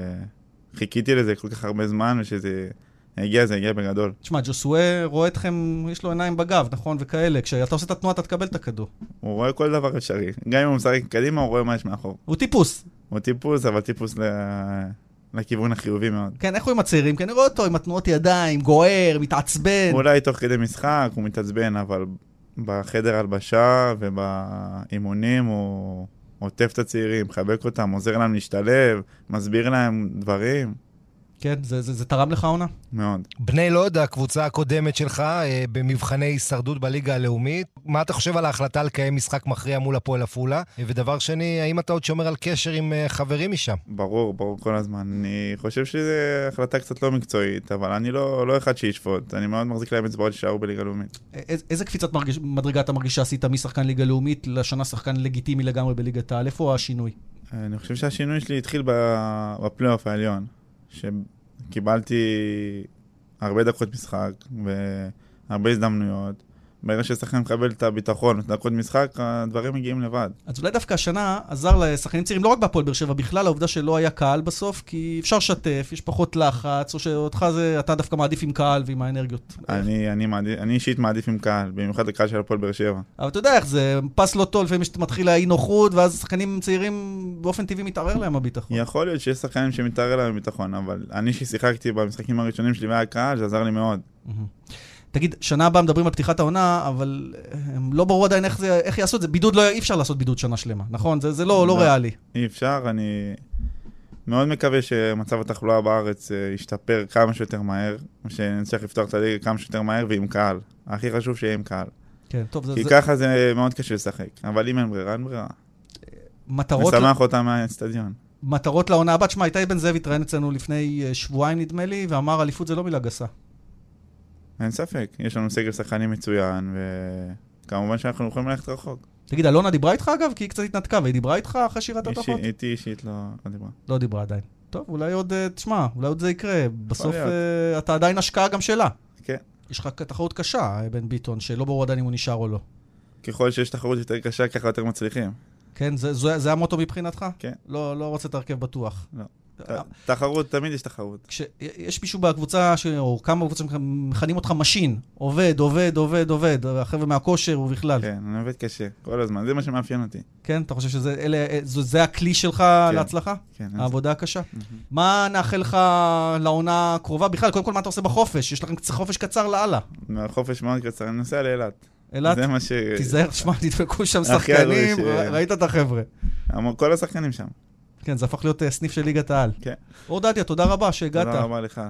F: וחיכיתי לזה כל כך הרבה זמן, ושזה הגיע, זה הגיע בגדול.
B: תשמע, ג'וסואה רואה אתכם, יש לו עיניים בגב, נכון? וכאלה, כשאתה עושה את התנועה, אתה תקבל את הכדור.
F: הוא רואה כל דבר אפשרי. גם אם הוא משחק קדימה, הוא רואה מה יש מאחור.
B: הוא טיפוס.
F: הוא טיפוס, אבל טיפוס ל... לכיוון החיובי מאוד.
B: כן, איך הוא עם הצעירים? כי אני רואה אותו עם התנועות ידיים, גוער, מתעצבן.
F: אולי תוך כדי משחק הוא מתעצבן, אבל בחדר הלבשה ובאימונים הוא עוטף את הצעירים, מחבק אותם, עוזר להם להשתלב, מסביר להם דברים.
B: כן, זה, זה, זה תרם לך עונה?
F: מאוד.
C: בני לוד, הקבוצה הקודמת שלך, אה, במבחני הישרדות בליגה הלאומית. מה אתה חושב על ההחלטה לקיים משחק מכריע מול הפועל עפולה? ודבר שני, האם אתה עוד שומר על קשר עם אה, חברים משם?
F: ברור, ברור כל הזמן. אני חושב שזו החלטה קצת לא מקצועית, אבל אני לא, לא אחד שישפוט. אני מאוד מחזיק להם אצבעות ששארו בליגה לאומית.
B: איז, איזה קפיצת מרגיש, מדרגה אתה מרגיש שעשית משחקן ליגה לאומית לשנה שחקן לגיטימי לגמרי בליגת העל? איפה השינוי?
F: אני חושב שהשינוי שלי התחיל בפלייאוף העליון, ש... קיבלתי הרבה דקות משחק, הרבה הזדמנויות. ברגע ששחקן מקבל את הביטחון, את דקות משחק, הדברים מגיעים לבד.
B: אז אולי דווקא השנה עזר לשחקנים צעירים, לא רק בהפועל באר שבע, בכלל העובדה שלא היה קהל בסוף, כי אפשר לשתף, יש פחות לחץ, או שאותך זה, אתה דווקא מעדיף עם קהל ועם האנרגיות.
F: אני, אני, מעדיף, אני אישית מעדיף עם קהל, במיוחד הקהל של הפועל באר שבע.
B: אבל אתה יודע איך זה, פס לא טוב, לפעמים מתחיל להאי נוחות, ואז שחקנים צעירים באופן טבעי מתערער להם הביטחון.
F: יכול להיות שיש שחקנים שמתערער להם הביטחון, אבל אני ששיחקתי במשחקים הראשונים שלי והיה קהל, זה עזר לי מאוד.
B: תגיד, שנה הבאה מדברים על פתיחת העונה, אבל הם לא ברור עדיין איך, זה, איך יעשו את זה. בידוד, לא, אי אפשר לעשות בידוד שנה שלמה, נכון? זה, זה לא, לא, לא ריאלי.
F: אי אפשר, אני מאוד מקווה שמצב התחלואה בארץ ישתפר כמה שיותר מהר, שנצליח לפתוח את הליגה כמה שיותר מהר ועם קהל. הכי חשוב שיהיה עם קהל.
B: כן, טוב, זה,
F: כי
B: זה...
F: ככה זה מאוד קשה לשחק, אבל אם אין ברירה, אין ברירה.
B: מטרות...
F: משמח אותה מהאצטדיון.
B: מטרות לעונה הבאה, תשמע, איתי בן זאב התראיין אצלנו לפני שבועיים נדמה לי, ואמר, אליפות זה לא מילה גסה.
F: אין ספק, יש לנו סגל שחקנים מצוין, וכמובן שאנחנו יכולים ללכת רחוק.
B: תגיד, אלונה דיברה איתך אגב? כי היא קצת התנתקה, והיא דיברה איתך אחרי שירת התחרות?
F: איתי אישית לא, לא דיברה.
B: לא דיברה עדיין. טוב, אולי עוד, תשמע, אולי עוד זה יקרה. בסוף uh, אתה עדיין השקעה גם שלה.
F: כן.
B: יש לך תחרות קשה, בן ביטון, שלא ברור עדיין אם הוא נשאר או לא.
F: ככל שיש תחרות יותר קשה, ככה יותר מצליחים.
B: כן, זה, זה, זה המוטו מבחינתך?
F: כן.
B: לא, לא רוצה תרכב בטוח.
F: לא. תחרות, תמיד יש תחרות.
B: יש מישהו בקבוצה, או כמה בקבוצה מכנים אותך משין, עובד, עובד, עובד, עובד, החבר'ה מהכושר ובכלל.
F: כן, אני עובד קשה, כל הזמן, זה מה שמאפיין אותי.
B: כן, אתה חושב שזה הכלי שלך להצלחה?
F: כן.
B: העבודה הקשה? מה נאחל לך לעונה הקרובה בכלל? קודם כל, מה אתה עושה בחופש? יש לכם חופש קצר לאללה.
F: חופש מאוד קצר, אני נוסע לאילת.
B: אילת?
F: זה מה ש...
B: תיזהר, שמע, נדפקו שם שחקנים, ראית את החבר'ה.
F: כל השחקנים שם.
B: כן, זה הפך להיות סניף של ליגת העל.
F: כן.
B: אור דדיה, תודה רבה שהגעת.
F: תודה רבה לך.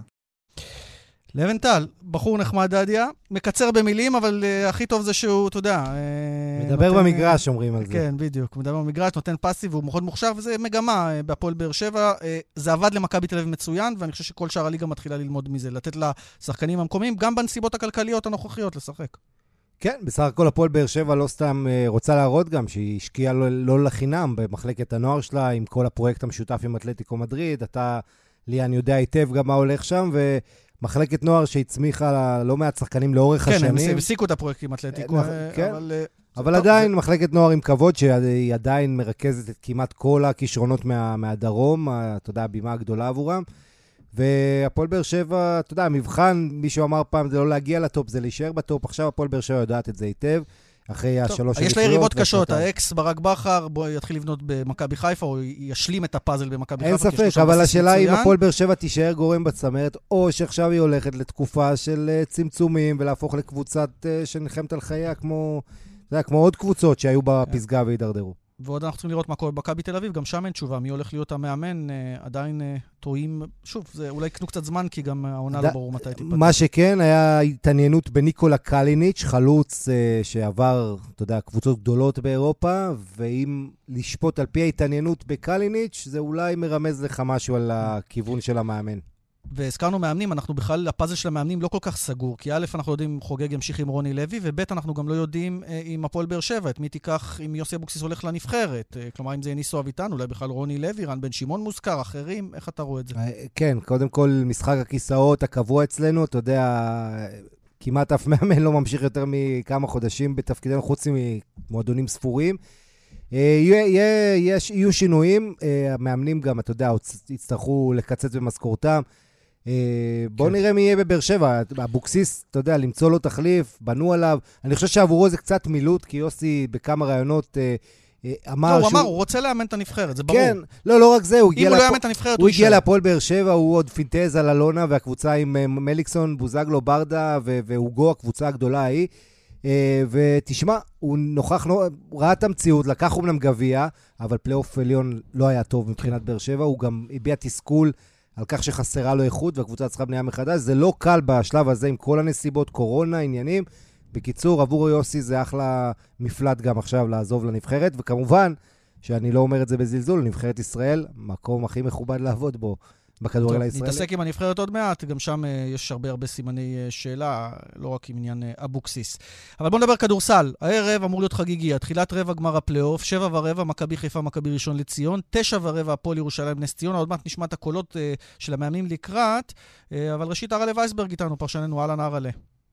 B: לבנטל, בחור נחמד דדיה, מקצר במילים, אבל uh, הכי טוב זה שהוא, אתה יודע...
C: Uh, מדבר נותן, במגרש, אומרים על זה.
B: כן, בדיוק. מדבר במגרש, נותן פאסי, והוא מאוד מוכשר, וזה מגמה uh, בהפועל באר שבע. Uh, זה עבד למכבי תל אביב מצוין, ואני חושב שכל שאר הליגה מתחילה ללמוד מזה, לתת לשחקנים המקומיים, גם בנסיבות הכלכליות הנוכחיות, לשחק.
C: כן, בסך הכל הפועל באר שבע לא סתם uh, רוצה להראות גם שהיא השקיעה לא, לא לחינם במחלקת הנוער שלה, עם כל הפרויקט המשותף עם אתלטיקו מדריד. אתה, ליאן, יודע היטב גם מה הולך שם, ומחלקת נוער שהצמיחה לא מעט שחקנים לאורך
B: כן,
C: השנים.
B: כן, הם הפסיקו את הפרויקט עם אתלטיקו,
C: כן.
B: אבל...
C: אבל עדיין, זה... מחלקת נוער עם כבוד, שהיא עדיין מרכזת את כמעט כל הכישרונות מה, מהדרום, אתה יודע, הבימה הגדולה עבורם. והפועל באר שבע, אתה יודע, המבחן, מישהו אמר פעם, זה לא להגיע לטופ, זה להישאר בטופ. עכשיו הפועל באר שבע יודעת את זה היטב, אחרי השלוש
B: יש לה יריבות קשות, האקס ברק בכר, בוא יתחיל לבנות במכבי חיפה, או ישלים את הפאזל במכבי חיפה.
C: אין ספק, אבל השאלה אם הפועל באר שבע תישאר גורם בצמרת, או שעכשיו היא הולכת לתקופה של צמצומים, ולהפוך לקבוצת שנלחמת על חייה, כמו, זה היה, כמו עוד קבוצות שהיו בפסגה והידרדרו.
B: ועוד אנחנו צריכים לראות מה קורה במכבי תל אביב, גם שם אין תשובה, מי הולך להיות המאמן, עדיין טועים, שוב, זה אולי יקנו קצת זמן, כי גם העונה לא ברור מתי תיפתח.
C: מה שכן, היה התעניינות בניקולה קליניץ', חלוץ שעבר, אתה יודע, קבוצות גדולות באירופה, ואם לשפוט על פי ההתעניינות בקליניץ', זה אולי מרמז לך משהו על הכיוון של המאמן.
B: והזכרנו מאמנים, אנחנו בכלל, הפאזל של המאמנים לא כל כך סגור, כי א', אנחנו יודעים חוגג ימשיך עם רוני לוי, וב', אנחנו גם לא יודעים אה, עם הפועל באר שבע, את מי תיקח אם יוסי אבוקסיס הולך לנבחרת, אה, כלומר אם זה ניסו אביטן, אולי בכלל רוני לוי, רן בן שמעון מוזכר, אחרים, איך אתה רואה את זה?
C: אה, כן, קודם כל משחק הכיסאות הקבוע אצלנו, אתה יודע, כמעט אף מאמן לא ממשיך יותר מכמה חודשים בתפקידנו, חוץ ממועדונים ספורים. יהיו שינויים, המאמנים גם, אתה יודע, יצטרכו לקצץ במשכורתם. בואו נראה מי יהיה בבאר שבע. אבוקסיס, אתה יודע, למצוא לו תחליף, בנו עליו. אני חושב שעבורו זה קצת מילוט, כי יוסי בכמה רעיונות אמר...
B: הוא אמר, הוא רוצה לאמן את הנבחרת, זה ברור.
C: כן, לא, לא רק זה, הוא
B: אם הוא לא יאמן את הנבחרת, הוא
C: הגיע להפועל באר שבע, הוא עוד פינטז על אלונה, והקבוצה עם מליקסון, בוזגלו, ברדה והוגו, הקבוצה הגדולה ההיא. ותשמע, הוא נוכח, ראה את המציאות, לקח אומנם גביע, אבל פלייאוף עליון לא היה טוב מבחינת באר שבע, הוא גם הביע תסכול על כך שחסרה לו איכות, והקבוצה צריכה בנייה מחדש. זה לא קל בשלב הזה עם כל הנסיבות, קורונה, עניינים. בקיצור, עבור יוסי זה אחלה מפלט גם עכשיו לעזוב לנבחרת, וכמובן שאני לא אומר את זה בזלזול, נבחרת ישראל, מקום הכי מכובד לעבוד בו בכדורגל הישראלי.
B: נתעסק עם הנבחרת עוד מעט, גם שם יש הרבה הרבה סימני שאלה, לא רק עם עניין אבוקסיס. אבל בואו נדבר כדורסל. הערב אמור להיות חגיגי, תחילת רבע גמר הפלייאוף, שבע ורבע מכבי חיפה, מכבי ראשון לציון, תשע ורבע הפועל ירושלים נס ציונה, עוד מעט נשמע את הקולות של המאמנים לקראת, אבל ראשית הרלה וייסברג איתנו, פרשננו, אהלן הרלה.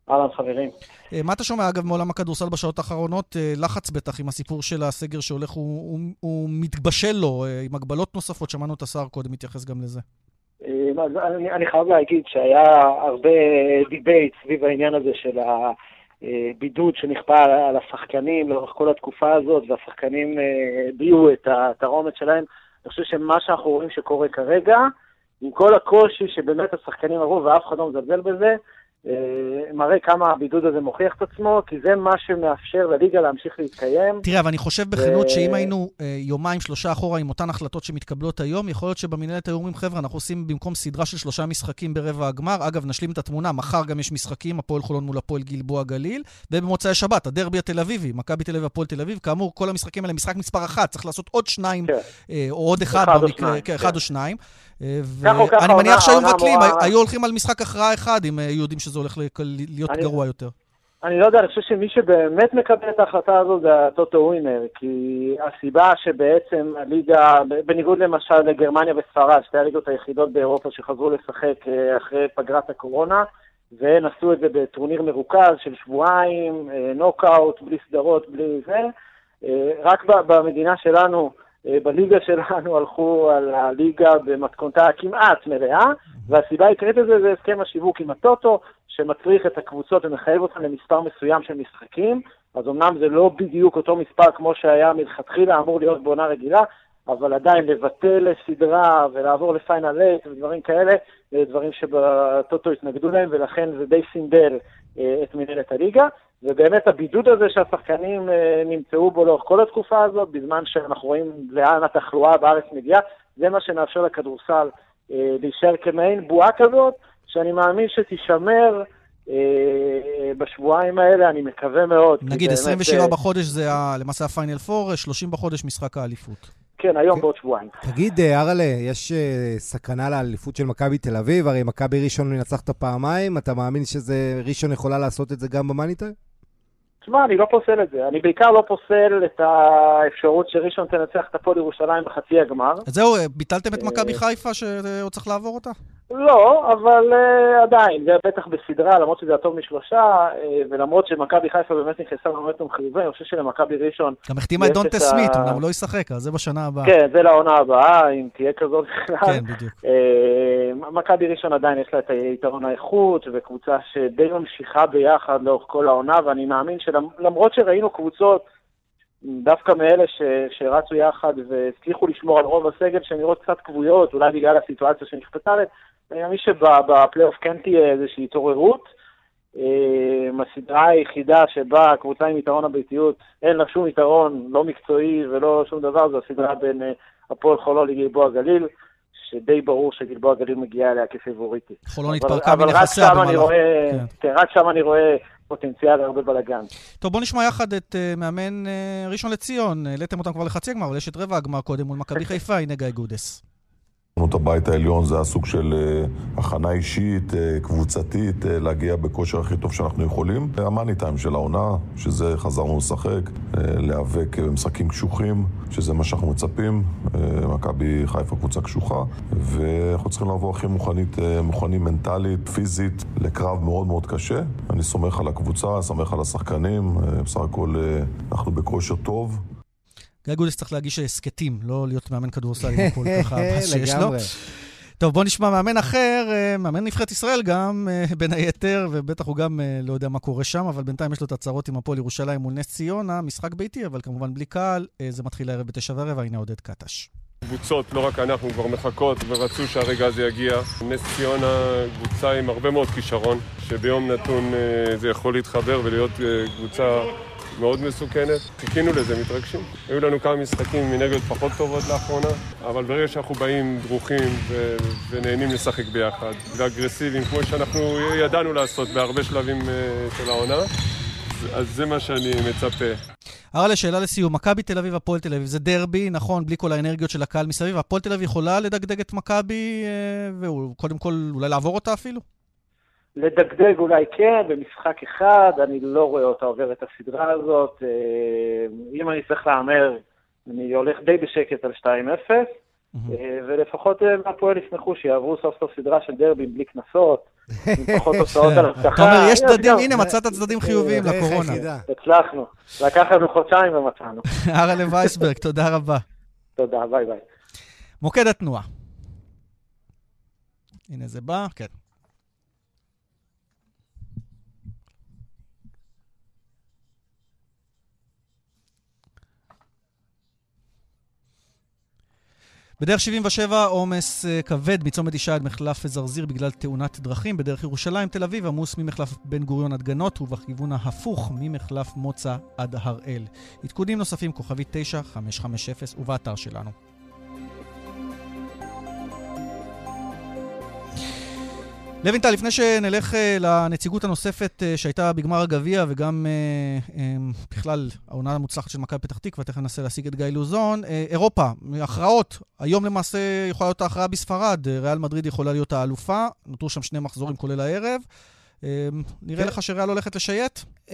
D: אהלן חברים.
B: מה אתה שומע אגב מעולם הכדורסל בשעות האחרונות? לחץ בטח עם הסיפור של הסגר שהולך, הוא, הוא, הוא מתבשל לו עם הגבלות נוספות, שמענו את השר קודם, מתייחס גם לזה.
D: אני, אני חייב להגיד שהיה הרבה דיבייט סביב העניין הזה של הבידוד שנכפה על השחקנים לאורך כל התקופה הזאת, והשחקנים ביעו את התרעומת שלהם. אני חושב שמה שאנחנו רואים שקורה כרגע, עם כל הקושי שבאמת השחקנים עברו ואף אחד לא מזלזל בזה, מראה כמה הבידוד הזה מוכיח את עצמו, כי זה מה שמאפשר לליגה להמשיך להתקיים.
B: תראה, אבל אני חושב בכנות שאם היינו יומיים, שלושה אחורה עם אותן החלטות שמתקבלות היום, יכול להיות שבמנהלת היו אומרים, חבר'ה, אנחנו עושים במקום סדרה של שלושה משחקים ברבע הגמר, אגב, נשלים את התמונה, מחר גם יש משחקים, הפועל חולון מול הפועל גלבוע גליל, ובמוצאי שבת, הדרבי התל אביבי, מכבי תל אביב, הפועל תל אביב, כאמור, כל המשחקים האלה, משחק מספר אחת, צריך לעשות עוד שניים, או עוד אחד, אחד או שניים. ואני מניח שהיו מבטלים, היו הולכים על משחק הכרעה אחד, אם יודעים שזה הולך להיות גרוע יותר.
D: אני לא יודע, אני חושב שמי שבאמת מקבל את ההחלטה הזו זה הטוטו ווינר, כי הסיבה שבעצם הליגה, בניגוד למשל לגרמניה וספרד, שתי הליגות היחידות באירופה שחזרו לשחק אחרי פגרת הקורונה, והן עשו את זה בטורניר מרוכז של שבועיים, נוקאוט, בלי סדרות, בלי זה, רק במדינה שלנו, בליגה שלנו הלכו על הליגה במתכונתה כמעט מלאה, והסיבה העיקרית לזה זה הסכם השיווק עם הטוטו, שמצריך את הקבוצות ומחייב אותן למספר מסוים של משחקים, אז אמנם זה לא בדיוק אותו מספר כמו שהיה מלכתחילה אמור להיות בעונה רגילה, אבל עדיין לבטל סדרה ולעבור לפיינל לייט ודברים כאלה, זה דברים שבטוטו התנגדו להם, ולכן זה די סינדל את מנהלת הליגה, ובאמת הבידוד הזה שהשחקנים נמצאו בו לאורך כל התקופה הזאת, בזמן שאנחנו רואים לאן התחלואה בארץ מגיעה, זה מה שנאפשר לכדורסל להישאר כמעין בועה כזאת, שאני מאמין שתישמר בשבועיים האלה, אני מקווה מאוד.
B: נגיד עשרים ושבעה בחודש זה למעשה הפיינל פור, שלושים בחודש משחק האליפות.
D: כן, היום בעוד שבועיים.
C: תגיד, ארלה, יש סכנה לאליפות של מכבי תל אביב? הרי מכבי ראשון מנצחת פעמיים, אתה מאמין שזה ראשון יכולה לעשות את זה גם במאניטר?
D: תשמע, אני לא פוסל את זה. אני בעיקר לא פוסל את האפשרות שראשון תנצח את הפועל ירושלים בחצי הגמר.
B: אז זהו, ביטלתם את מכבי חיפה שעוד צריך לעבור אותה?
D: לא, אבל uh, עדיין, זה בטח בסדרה, למרות שזה הטוב משלושה, uh, ולמרות שמכבי חיפה באמת נכנסה למומנטום חיובי, אני חושב שלמכבי ראשון...
B: גם החתימה את דונטה סמית, אומנם הוא לא ישחק, אז זה בשנה הבאה.
D: כן, זה לעונה הבאה, אם תהיה כזאת בכלל.
B: כן, בדיוק.
D: Uh, מכבי ראשון עדיין יש לה את היתרון האיכות, וקבוצה שדי ממשיכה ביחד לאורך כל העונה, ואני מאמין שלמרות שראינו קבוצות, דווקא מאלה ש, שרצו יחד והצליחו לשמור על רוב הסגל, שהן נראות קצת קבויות, אולי בגלל הסיטואציה שנכפתה להם, אני מאמין שבפלייאוף כן תהיה איזושהי התעוררות. הסדרה היחידה שבה הקבוצה עם יתרון הביתיות, אין לה שום יתרון, לא מקצועי ולא שום דבר, זו הסדרה בין הפועל חולון לגלבוע גליל, שדי ברור שגלבוע גליל מגיעה אליה כפייבוריטי.
B: חולון התפרקה מנכסיה במהלך.
D: כן, רק שם אני רואה פוטנציאל הרבה בלגן.
B: טוב, בוא נשמע יחד את מאמן ראשון לציון. העליתם אותם כבר לחצי הגמר, אבל יש את רבע הגמר קודם מול מכבי חיפה, הנה גיא גודס.
G: את הבית העליון זה הסוג של הכנה אישית, קבוצתית, להגיע בכושר הכי טוב שאנחנו יכולים. המאני טיים של העונה, שזה חזרנו לשחק, להיאבק במשחקים קשוחים, שזה מה שאנחנו מצפים. מכבי חיפה קבוצה קשוחה, ואנחנו צריכים לעבור הכי מוכנית, מוכנים מנטלית, פיזית, לקרב מאוד מאוד קשה. אני סומך על הקבוצה, סומך על השחקנים, בסך הכל אנחנו בכושר טוב.
B: גיא גודס צריך להגיש סקטים, לא להיות מאמן כדורסל עם הכל ככה שיש לו. טוב, בוא נשמע מאמן אחר, מאמן נבחרת ישראל גם, בין היתר, ובטח הוא גם לא יודע מה קורה שם, אבל בינתיים יש לו את הצהרות עם הפועל ירושלים מול נס ציונה, משחק ביתי, אבל כמובן בלי קהל, זה מתחיל הערב בתשע ורבע, הנה עודד קטש.
H: קבוצות, לא רק אנחנו, כבר מחכות ורצו שהרגע הזה יגיע. נס ציונה קבוצה עם הרבה מאוד כישרון, שביום נתון זה יכול להתחבר ולהיות קבוצה מאוד מסוכנת. חיכינו לזה, מתרגשים. היו לנו כמה משחקים מנגד פחות טובות לאחרונה, אבל ברגע שאנחנו באים דרוכים ו- ונהנים לשחק ביחד, ואגרסיביים, כמו שאנחנו ידענו לעשות בהרבה שלבים של העונה, אז זה מה שאני מצפה.
B: הרי לשאלה לסיום, מכבי תל אביב, הפועל תל אביב, זה דרבי, נכון, בלי כל האנרגיות של הקהל מסביב, הפועל תל אביב יכולה לדגדג את מכבי, וקודם כל אולי לעבור אותה אפילו?
D: לדגדג אולי כן, במשחק אחד, אני לא רואה אותה עובר את הסדרה הזאת. אם אני צריך לאמר, אני הולך די בשקט על שתיים אפס, ולפחות הפועל ישמחו שיעברו סוף סוף סדרה של דרבים בלי כנסות. עם פחות הוצאות על הבטחה.
B: אתה אומר, יש צדדים, הנה, מצאת צדדים חיוביים לקורונה.
D: הצלחנו. לקח לנו חודשיים ומצאנו.
B: הרלה וייסברג, תודה רבה.
D: תודה, ביי ביי.
B: מוקד התנועה. הנה זה בא, כן. בדרך שבעים ושבע עומס כבד מצומת ישי עד מחלף זרזיר בגלל תאונת דרכים. בדרך ירושלים תל אביב עמוס ממחלף בן גוריון עד גנות ובכיוון ההפוך ממחלף מוצא עד הראל. עדכונים נוספים כוכבית תשע חמש חמש אפס ובאתר שלנו. לוינטל, לפני שנלך לנציגות הנוספת שהייתה בגמר הגביע וגם בכלל העונה המוצלחת של מכבי פתח תקווה, תכף ננסה להשיג את גיא לוזון. אירופה, הכרעות, היום למעשה יכולה להיות ההכרעה בספרד, ריאל מדריד יכולה להיות האלופה, נותרו שם שני מחזורים כולל הערב. נראה לך שריאל הולכת לשייט?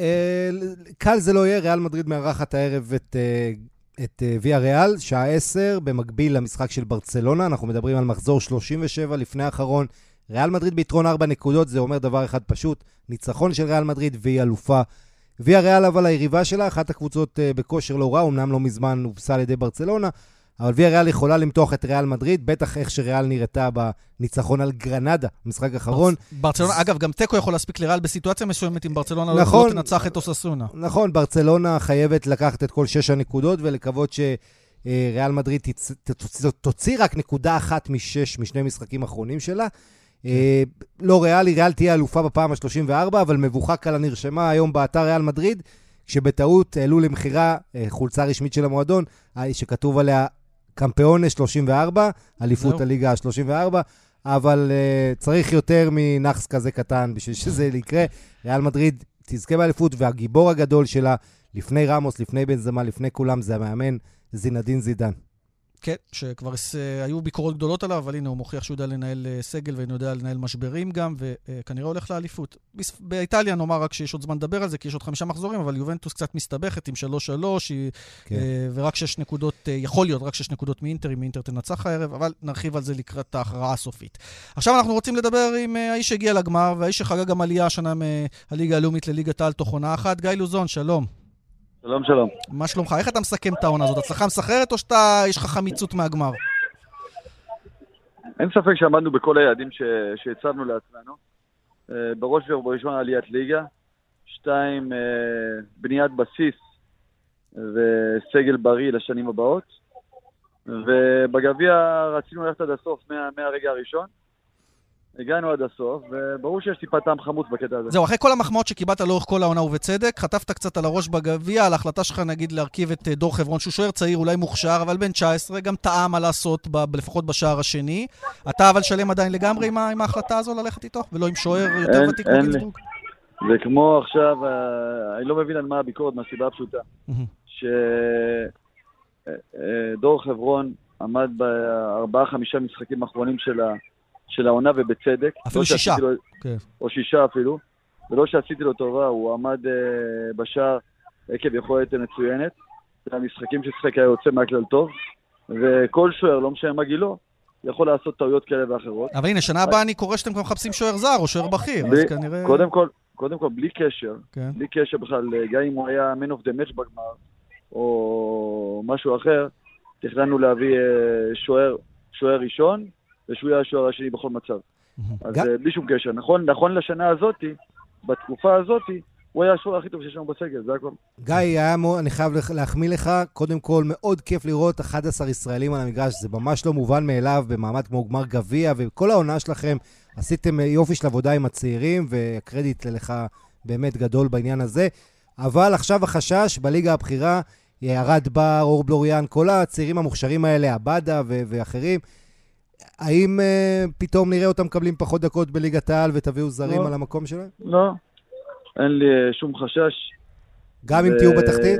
C: קל זה לא יהיה, ריאל מדריד מארחת הערב את... את ויה ריאל, שעה עשר, במקביל למשחק של ברצלונה, אנחנו מדברים על מחזור שלושים ושבע לפני האחרון, ריאל מדריד ביתרון ארבע נקודות, זה אומר דבר אחד פשוט, ניצחון של ריאל מדריד והיא אלופה. ויה ריאל אבל היריבה שלה, אחת הקבוצות בכושר לא רע, אמנם לא מזמן הובסה על ידי ברצלונה, אבל ויה ריאל יכולה למתוח את ריאל מדריד, בטח איך שריאל נראתה בניצחון על גרנדה, משחק האחרון.
B: ברצלונה, אגב, גם טקו יכול להספיק לריאל בסיטואציה מסוימת עם ברצלונה, לא תנצח את אוססונה.
C: נכון, ברצלונה חייבת לקחת את כל שש הנקודות, ולקוות שריאל מדריד תוציא רק נקודה אחת משש, משני משחקים האחרונים שלה. לא ריאלי, ריאל תהיה אלופה בפעם ה-שלושים וארבע, אבל מבוכה קלה נרשמה היום באתר ריאל מדריד, כשבטעות העלו למחירה חולצה רשמית של המועדון, שכתוב עליה קמפיונה שלושים וארבע, אליפות הליגה ה-שלושים וארבע, אבל uh, צריך יותר מנחס כזה קטן בשביל שזה יקרה. ריאל מדריד תזכה באליפות, והגיבור הגדול שלה, לפני רמוס, לפני בנזמה, לפני כולם, זה המאמן זינדין זידן.
B: כן, שכבר היו ביקורות גדולות עליו, אבל הנה הוא מוכיח שהוא יודע לנהל סגל ויודע לנהל משברים גם, וכנראה הולך לאליפות. באיטליה נאמר רק שיש עוד זמן לדבר על זה, כי יש עוד חמישה מחזורים, אבל יובנטוס קצת מסתבכת עם שלוש שלוש, ורק שש נקודות, יכול להיות רק שש נקודות מאינטר, אם אינטר תנצח הערב, אבל נרחיב על זה לקראת ההכרעה הסופית. עכשיו אנחנו רוצים לדבר עם האיש שהגיע לגמר, והאיש שחגג גם עלייה השנה מהליגה הלאומית לליגת העל תוך עונה אחת. גיא לוזון, שלום.
I: שלום, שלום.
B: מה שלומך? איך אתה מסכם את העונה הזאת? הצלחה מסחררת או שאתה, יש לך חמיצות מהגמר?
I: אין ספק שעמדנו בכל היעדים ש... שהצבנו לעצמנו. בראש ובראשון עליית ליגה, שתיים, בניית בסיס וסגל בריא לשנים הבאות, ובגביע רצינו ללכת עד הסוף מה... מהרגע הראשון. הגענו עד הסוף, וברור שיש טיפה טעם חמוץ בקטע הזה.
B: זהו, אחרי כל המחמאות שקיבלת לאורך כל העונה ובצדק, חטפת קצת על הראש בגביע, על ההחלטה שלך נגיד להרכיב את דור חברון, שהוא שוער צעיר, אולי מוכשר, אבל בן תשע עשרה, גם טעם מה לעשות, ב- לפחות בשער השני. אתה אבל שלם עדיין לגמרי עם, עם ההחלטה הזו ללכת איתו, ולא עם שוער יותר אין, ותיק בגינזבורג?
I: זה כמו עכשיו, אני לא מבין על מה הביקורת, מהסיבה הפשוטה, שדור חברון עמד בארבעה חמישה משחקים האחרונים של ה... של העונה ובצדק.
B: אפילו לא שישה. לו,
I: okay. או שישה אפילו. ולא שעשיתי לו טובה, הוא עמד uh, בשער עקב יכולת מצוינת. המשחקים ששחק היה יוצא מהכלל טוב. וכל שוער, לא משנה מה גילו, יכול לעשות טעויות כאלה ואחרות.
B: אבל הנה, שנה הבאה אני קורא שאתם כבר מחפשים שוער זר או שוער בכיר.
I: בלי,
B: אז כנראה...
I: קודם כל, קודם כל, בלי קשר,
B: okay.
I: בלי קשר בכלל, גם אם הוא היה man of the match בגמר, או משהו אחר, תכננו להביא uh, שוער, שוער ראשון, ושהוא יהיה השוער השני בכל מצב. אז בלי שום קשר. נכון, נכון לשנה הזאת, בתקופה הזאת, הוא היה השוער הכי טוב שיש לנו בסגל, זה הכל.
C: גיא, אני חייב להחמיא לך, קודם כל מאוד כיף לראות אחד עשר ישראלים על המגרש, זה ממש לא מובן מאליו, במעמד כמו גמר גביע, וכל העונה שלכם עשיתם יופי של עבודה עם הצעירים, והקרדיט לך באמת גדול בעניין הזה, אבל עכשיו החשש בליגה הבכירה, ירד בר, אור בלוריאן, כל הצעירים המוכשרים האלה, הבאדה ואחרים, האם uh, פתאום נראה אותם מקבלים פחות דקות בליגת העל ותביאו זרים לא, על המקום שלהם?
I: לא, אין לי שום חשש.
C: גם ו... אם תהיו בתחתית?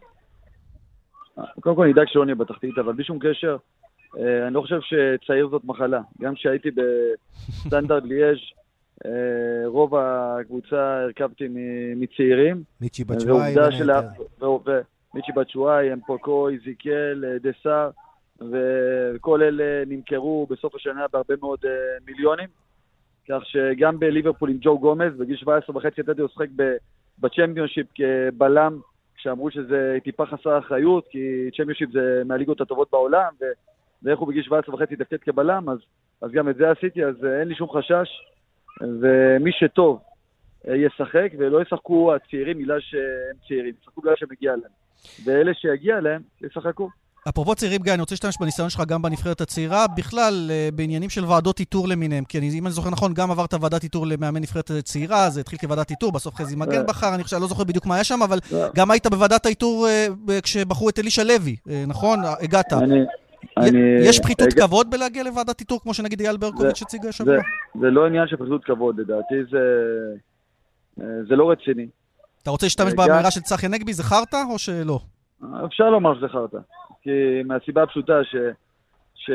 I: קודם כל נדאג שלא נהיה בתחתית, אבל בלי שום קשר, uh, אני לא חושב שצעיר זאת מחלה. גם כשהייתי בסטנדרט ליאז' uh, רוב הקבוצה הרכבתי מצעירים.
C: מיצ'י בצ'וואי.
I: מיצ'י בצ'וואי, אמפוקו, איזיקל, דסר. וכל אלה נמכרו בסוף השנה בהרבה מאוד uh, מיליונים, כך שגם בליברפול עם ג'ו גומז, בגיל שבע עשרה וחצי ידעתי לשחק בצ'מפיונשיפ כבלם, כשאמרו שזה טיפה חסר אחריות, כי צ'מפיונשיפ זה מהליגות הטובות בעולם, ו... ואיך הוא בגיל שבע עשרה וחצי תפקד כבלם, אז, אז גם את זה עשיתי, אז אין לי שום חשש, ומי שטוב ישחק, ולא ישחקו הצעירים בגלל שהם צעירים, ישחקו בגלל שמגיע להם, ואלה שיגיע להם ישחקו.
B: אפרופו צעירים, גיא, אני רוצה להשתמש בניסיון שלך גם בנבחרת הצעירה, בכלל בעניינים של ועדות איתור למיניהם, כי אני, אם אני זוכר נכון, גם עברת ועדת איתור למאמן נבחרת הצעירה, זה התחיל כוועדת איתור, בסוף חזי מגן בחר, אני חושב, לא זוכר בדיוק מה היה שם, אבל גם היית בוועדת האיתור כשבחרו את אלישע לוי, נכון? הגעת. יש פחיתות כבוד בלהגיע לוועדת איתור, כמו שנגיד אייל ברקוביץ' הציג השבוע?
I: זה לא עניין של פחיתות כבוד, לדעתי זה לא רציני. אתה
B: רוצה להשתמש באמירה של צחי הנגבי, זכרת או שלא?
I: אפשר לומר שזכרת. כי מהסיבה הפשוטה ש... ש...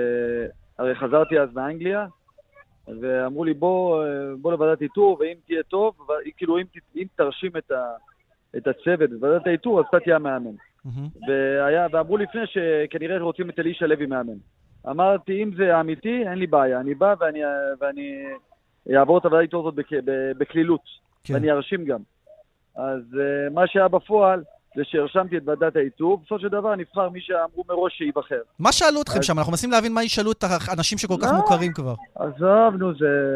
I: הרי חזרתי אז מאנגליה, ואמרו לי בוא, בוא לוועדת איתור, ואם תהיה טוב, ו... כאילו אם, אם תרשים את, ה... את הצוות בוועדת האיתור, אז אתה תהיה המאמן. Mm-hmm. והיה... ואמרו לפני שכנראה רוצים את אלישע לוי מאמן. אמרתי, אם זה אמיתי, אין לי בעיה. אני בא ואני, ואני אעבור את הוועדת האיתור הזאת בק... בקלילות, כן. ואני ארשים גם. אז מה שהיה בפועל, זה שהרשמתי את ועדת האיתור, בסופו של דבר נבחר מי שאמרו מראש שייבחר.
B: מה שאלו אתכם שם? אנחנו מנסים להבין מה ישאלו את האנשים שכל כך מוכרים כבר.
I: עזבנו,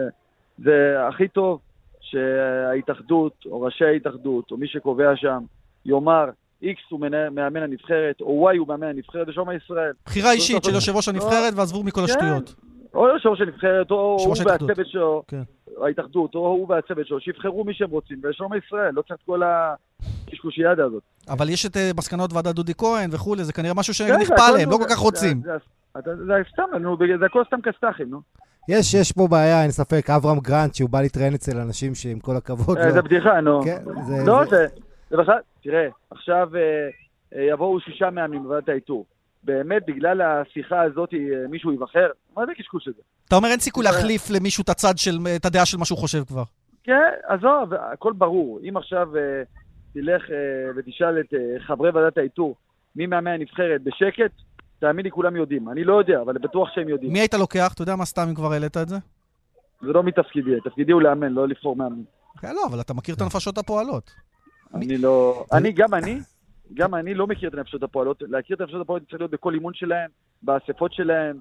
I: זה הכי טוב שההתאחדות, או ראשי ההתאחדות, או מי שקובע שם, יאמר, X הוא מאמן הנבחרת, או Y הוא מאמן הנבחרת, ושום ישראל.
B: בחירה אישית של יושב ראש הנבחרת, ועזבו מכל השטויות.
I: או יושב ראש הנבחרת, או הוא והצוות שלו, ההתאחדות, או הוא והצוות שלו, שיבחרו מי שהם רוצים, ושום ישראל, לא צריך כל הקשקושיאדה הזאת.
B: אבל יש את מסקנות ועדת דודי כהן וכו', זה כנראה משהו שנכפה עליהם, לא כל כך רוצים.
I: זה סתם, זה הכל סתם כסתחים, נו.
C: יש, יש פה בעיה, אין ספק, אברהם גרנט, שהוא בא להתראיין אצל אנשים שעם כל הכבוד...
I: זה בדיחה, נו. לא, זה... זה בכלל, תראה, עכשיו יבואו שישה מאמנים בוועדת האיתור. באמת, בגלל השיחה הזאת, מישהו יבחר? מה זה קשקוש הזה?
B: אתה אומר, אין סיכוי להחליף למישהו את הצד של, את הדעה של מה שהוא חושב כבר.
I: כן, עזוב, הכל ברור. אם עכשיו תלך ותשאל את חברי ועדת האיתור, מי מאמן הנבחרת בשקט, תאמין לי, כולם יודעים. אני לא יודע, אבל בטוח שהם יודעים.
B: מי היית לוקח? אתה יודע מה סתם אם כבר העלית את זה?
I: זה לא מתפקידי. תפקידי הוא לאמן, לא לבחור מאמן.
B: כן, לא, אבל אתה מכיר את הנפשות הפועלות.
I: אני לא... אני, גם אני, גם אני לא מכיר את הנפשות הפועלות. להכיר את הנפשות הפועלות צריך להיות בכל אימון שלהם, באספות שלהם,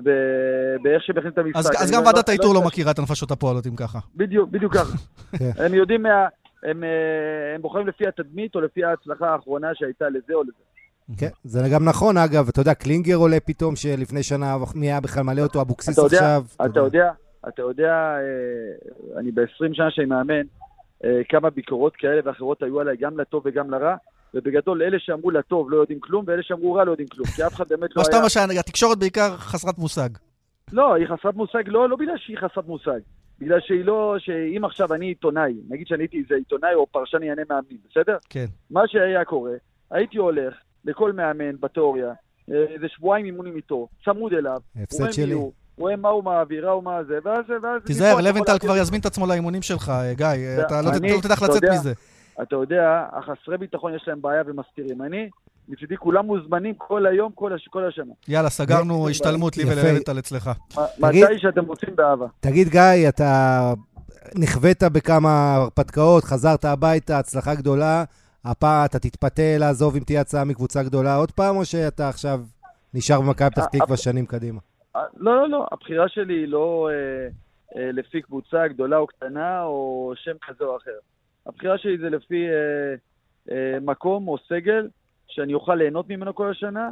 I: באיך שהם מכינים את המשחק.
B: אז גם ועדת האיתור לא מכירה את הנפשות הפועלות, אם ככה.
I: בדיוק, בדיוק ככה. הם יודעים מה... הם בוחרים לפי התדמית או לפי ההצלחה האחרונה שהייתה לזה או לזה.
C: כן, זה גם נכון, אגב. אתה יודע, קלינגר עולה פתאום שלפני שנה מי היה בכלל מלא אותו, אבוקסיס עכשיו.
I: אתה יודע, אתה יודע, אני ב-עשרים שנה שאני מאמן, כמה ביקורות כאלה ואחרות היו עליי, גם לטוב וגם לרע, ובגדול, אלה שאמרו לטוב לא יודעים כלום, ואלה שאמרו רע לא יודעים כלום, כי אף אחד באמת לא היה...
B: מה שאתה אומר, התקשורת בעיקר חסרת מושג.
I: לא, היא חסרת מושג, לא, לא בגלל שהיא חסרת מושג, בגלל שהיא לא, שאם עכשיו אני עיתונאי, נגיד שאני הייתי איזה עיתונאי או פרשן ענייני מאמנים, בסדר?
B: כן.
I: מה שהיה קורה, הייתי הולך לכל מאמן בתיאוריה, איזה שבועיים אימונים איתו, צמוד אליו,
C: הפסד שלי.
I: הוא רואה מה הוא מעביר, הוא מה זה, ואז...
B: תיזהר, לוינטל כבר יזמין את עצמו לאימונים שלך, גיא, אתה לא תדע לצאת מזה.
I: אתה יודע, החסרי ביטחון יש להם בעיה ומסתירים. אני, מצידי, כולם מוזמנים כל היום, כל השנה.
B: יאללה, סגרנו השתלמות לי וללוינטל אצלך.
I: מתי שאתם רוצים באהבה.
C: תגיד, גיא, אתה נכווית בכמה הרפתקאות, חזרת הביתה, הצלחה גדולה, הפעם אתה תתפתה לעזוב אם תהיה הצעה מקבוצה גדולה עוד פעם, או שאתה עכשיו נשאר במכבי פתח תקווה שנים קדימה?
I: לא, לא, לא. הבחירה שלי היא לא לפי קבוצה גדולה או קטנה, או שם כזה או אחר. הבחירה שלי זה לפי מקום או סגל, שאני אוכל ליהנות ממנו כל השנה,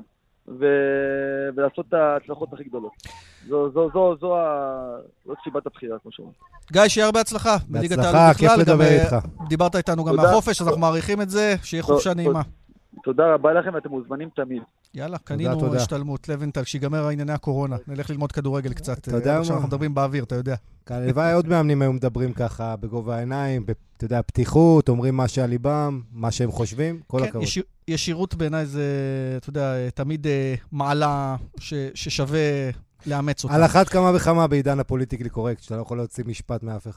I: ולעשות את ההצלחות הכי גדולות. זו סיבת הבחירה, כמו שאומרים.
B: גיא, שיהיה הרבה הצלחה.
C: בהצלחה, כיף לדבר איתך.
B: דיברת איתנו גם מהחופש, אז אנחנו מעריכים את זה, שיהיה חופשה נעימה.
I: תודה רבה לכם, ואתם מוזמנים תמיד.
B: יאללה, קנינו השתלמות, לוינטל, שיגמר הענייני הקורונה. נלך ללמוד כדורגל קצת.
C: תודה.
B: אנחנו מדברים באוויר, אתה יודע.
C: הלוואי עוד מאמנים היום מדברים ככה, בגובה העיניים, אתה יודע, פתיחות, אומרים מה שעל ליבם, מה שהם חושבים, כל הכבוד.
B: ישירות בעיניי זה, אתה יודע, תמיד מעלה ששווה לאמץ אותה.
C: על אחת כמה וכמה בעידן הפוליטיקלי קורקט, שאתה לא יכול להוציא משפט מאף אחד.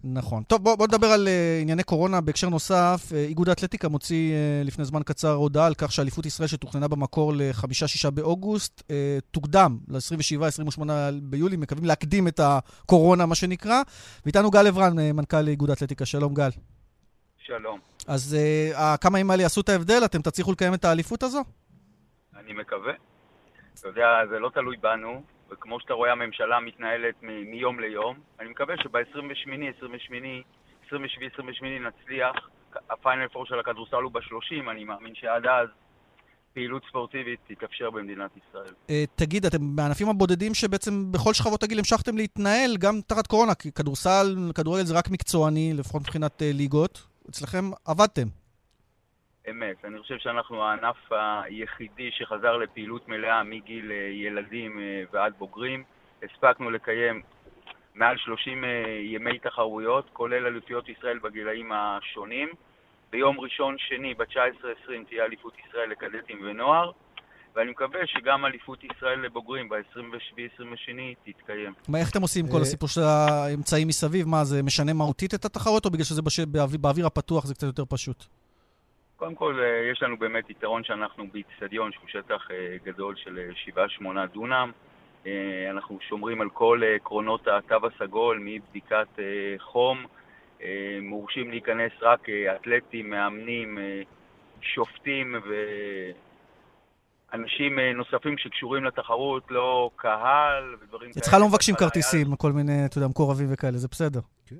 B: נכון. טוב, בוא, בוא נדבר על uh, ענייני קורונה בהקשר נוסף. Uh, איגוד האתלטיקה מוציא uh, לפני זמן קצר הודעה על כך שאליפות ישראל שתוכננה במקור ל-חמישה שישה באוגוסט, uh, תוקדם ל-עשרים ושבעה עשרים ושמונה ביולי, מקווים להקדים את הקורונה, מה שנקרא. ואיתנו גל עברן, uh, מנכ"ל איגוד האתלטיקה. שלום גל.
J: שלום.
B: אז uh, כמה ימים האלה יעשו את ההבדל? אתם תצליחו לקיים את האליפות הזו?
J: אני מקווה. אתה יודע, זה לא תלוי בנו. וכמו שאתה רואה, הממשלה מתנהלת מ- מיום ליום. אני מקווה שב-עשרים ושמונה, עשרים ושמונה, עשרים ושבע, עשרים ושמונה נצליח. הפיינל פור של הכדורסל הוא ב-שלושים, אני מאמין שעד אז פעילות ספורטיבית תתאפשר במדינת ישראל.
B: Uh, תגיד, אתם בענפים הבודדים שבעצם בכל שכבות הגיל המשכתם להתנהל גם תחת קורונה, כי כדורסל, כדורגל זה רק מקצועני, לפחות מבחינת uh, ליגות. אצלכם עבדתם.
J: אמת, אני חושב שאנחנו הענף היחידי שחזר לפעילות מלאה מגיל ילדים ועד בוגרים. הספקנו לקיים מעל שלושים ימי תחרויות, כולל אליפויות ישראל בגילאים השונים. ביום ראשון שני, ב-תשע עשרה עשרים, תהיה אליפות ישראל לקדטים ונוער, ואני מקווה שגם אליפות ישראל לבוגרים ב-עשרים ושבע עשרים ושני תתקיים.
B: מה, איך אתם עושים כל הסיפור של האמצעים מסביב? מה, זה משנה מהותית את התחרות, או בגלל שזה באוויר הפתוח זה קצת יותר פשוט?
J: קודם כל, יש לנו באמת יתרון שאנחנו באצטדיון שהוא שטח גדול של שבעה שמונה דונם. אנחנו שומרים על כל עקרונות התו הסגול, מבדיקת חום, מורשים להיכנס רק אתלטים, מאמנים, שופטים ואנשים נוספים שקשורים לתחרות, לא קהל ודברים כאלה.
B: אצלך לא מבקשים כרטיסים, כל מיני, אתה יודע, מקורבים וכאלה, זה בסדר.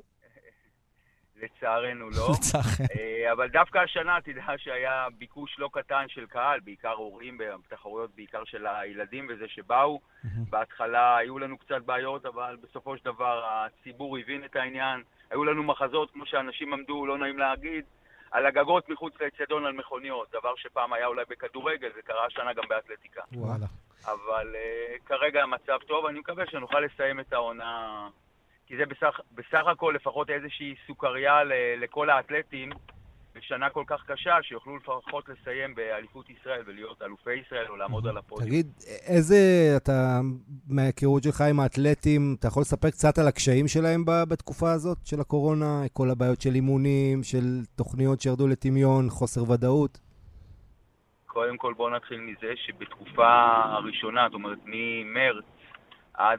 J: לצערנו לא. אבל דווקא השנה תדע שהיה ביקוש לא קטן של קהל, בעיקר הורים בתחרויות, בעיקר של הילדים וזה שבאו. בהתחלה היו לנו קצת בעיות, אבל בסופו של דבר הציבור הבין את העניין. היו לנו מחזות, כמו שאנשים עמדו, לא נעים להגיד, על הגגות מחוץ לאצטדיון על מכוניות, דבר שפעם היה אולי בכדורגל, זה קרה השנה גם באתלטיקה.
B: וואלה.
J: אבל uh, כרגע המצב טוב, אני מקווה שנוכל לסיים את העונה, כי זה בסך, בסך הכל לפחות איזושהי סוכריה ל, לכל האתלטים, בשנה כל כך קשה, שיוכלו לפחות לסיים באליפות ישראל ולהיות אלופי ישראל או לעמוד על הפודיום.
C: תגיד, איזה, אתה, מההיכרות שלך עם האתלטים, אתה יכול לספר קצת על הקשיים שלהם בתקופה הזאת של הקורונה, כל הבעיות של אימונים, של תוכניות שירדו לטמיון, חוסר ודאות?
J: קודם כל בואו נתחיל מזה שבתקופה הראשונה, זאת אומרת ממרץ עד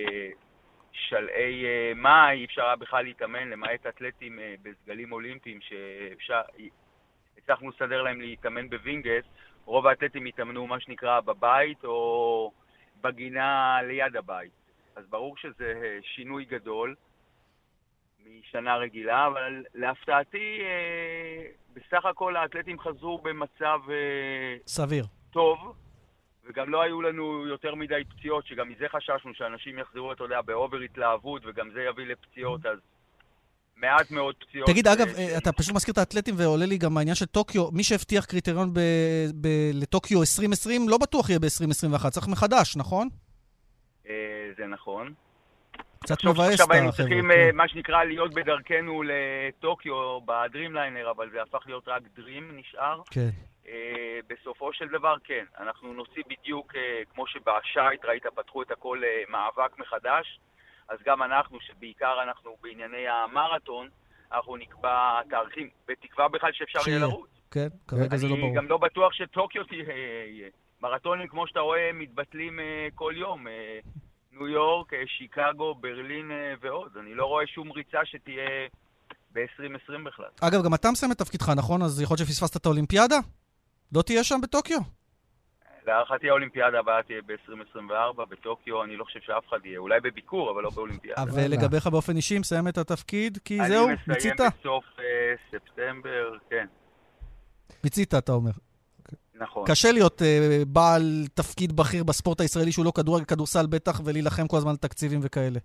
J: שלעי מאי, אפשר היה בכלל להתאמן, למעט אתלטים בסגלים אולימפיים שהצלחנו לסדר להם להתאמן בווינגס. רוב האתלטים התאמנו מה שנקרא בבית או בגינה ליד הבית. אז ברור שזה שינוי גדול משנה רגילה, אבל להפתעתי בסך הכל האתלטים חזרו במצב
B: סביר.
J: טוב. וגם לא היו לנו יותר מדי פציעות, שגם מזה חששנו שאנשים יחזרו, אתה יודע, באובר התלהבות, וגם זה יביא לפציעות, אז מעט מאוד פציעות.
B: תגיד, אגב, אתה פשוט מזכיר את האתלטים, ועולה לי גם העניין של טוקיו, מי שהבטיח קריטריון לטוקיו עשרים עשרים, לא בטוח יהיה ב-עשרים עשרים ואחת, צריך מחדש, נכון?
J: זה נכון.
B: קצת מבאס את החבר'ה.
J: עכשיו היינו צריכים, מה שנקרא, להיות בדרכנו לטוקיו, בדרימליינר, אבל זה הפך להיות רק דרים, נשאר.
B: כן.
J: Uh, בסופו של דבר כן, אנחנו נוציא בדיוק uh, כמו שבשייט ראית פתחו את הכל uh, מאבק מחדש, אז גם אנחנו שבעיקר אנחנו בענייני המרתון, אנחנו נקבע תאריכים בתקווה בכלל שאפשר יהיה לרוץ.
B: כן, כרגע זה לא ברור.
J: אני גם לא בטוח שטוקיו תהיה, מרתונים כמו שאתה רואה מתבטלים uh, כל יום, uh, ניו יורק, uh, שיקגו, ברלין uh, ועוד, אני לא רואה שום ריצה שתהיה ב-עשרים עשרים בכלל.
B: אגב, גם אתה מסיים את תפקידך, נכון? אז יכול להיות שפספסת את האולימפיאדה? לא תהיה שם בטוקיו?
J: להערכתי האולימפיאדה הבאה תהיה ב-עשרים עשרים וארבע, בטוקיו אני לא חושב שאף אחד יהיה, אולי בביקור, אבל לא באולימפיאדה.
B: ולגביך באופן אישי, מסיים את התפקיד, כי זהו, מיצית?
J: אני מסיים בסוף ספטמבר, כן.
B: מיצית, אתה אומר.
J: נכון.
B: קשה להיות בעל תפקיד בכיר בספורט הישראלי שהוא לא כדורגל, כדורסל בטח, ולהילחם כל הזמן לתקציבים וכאלה.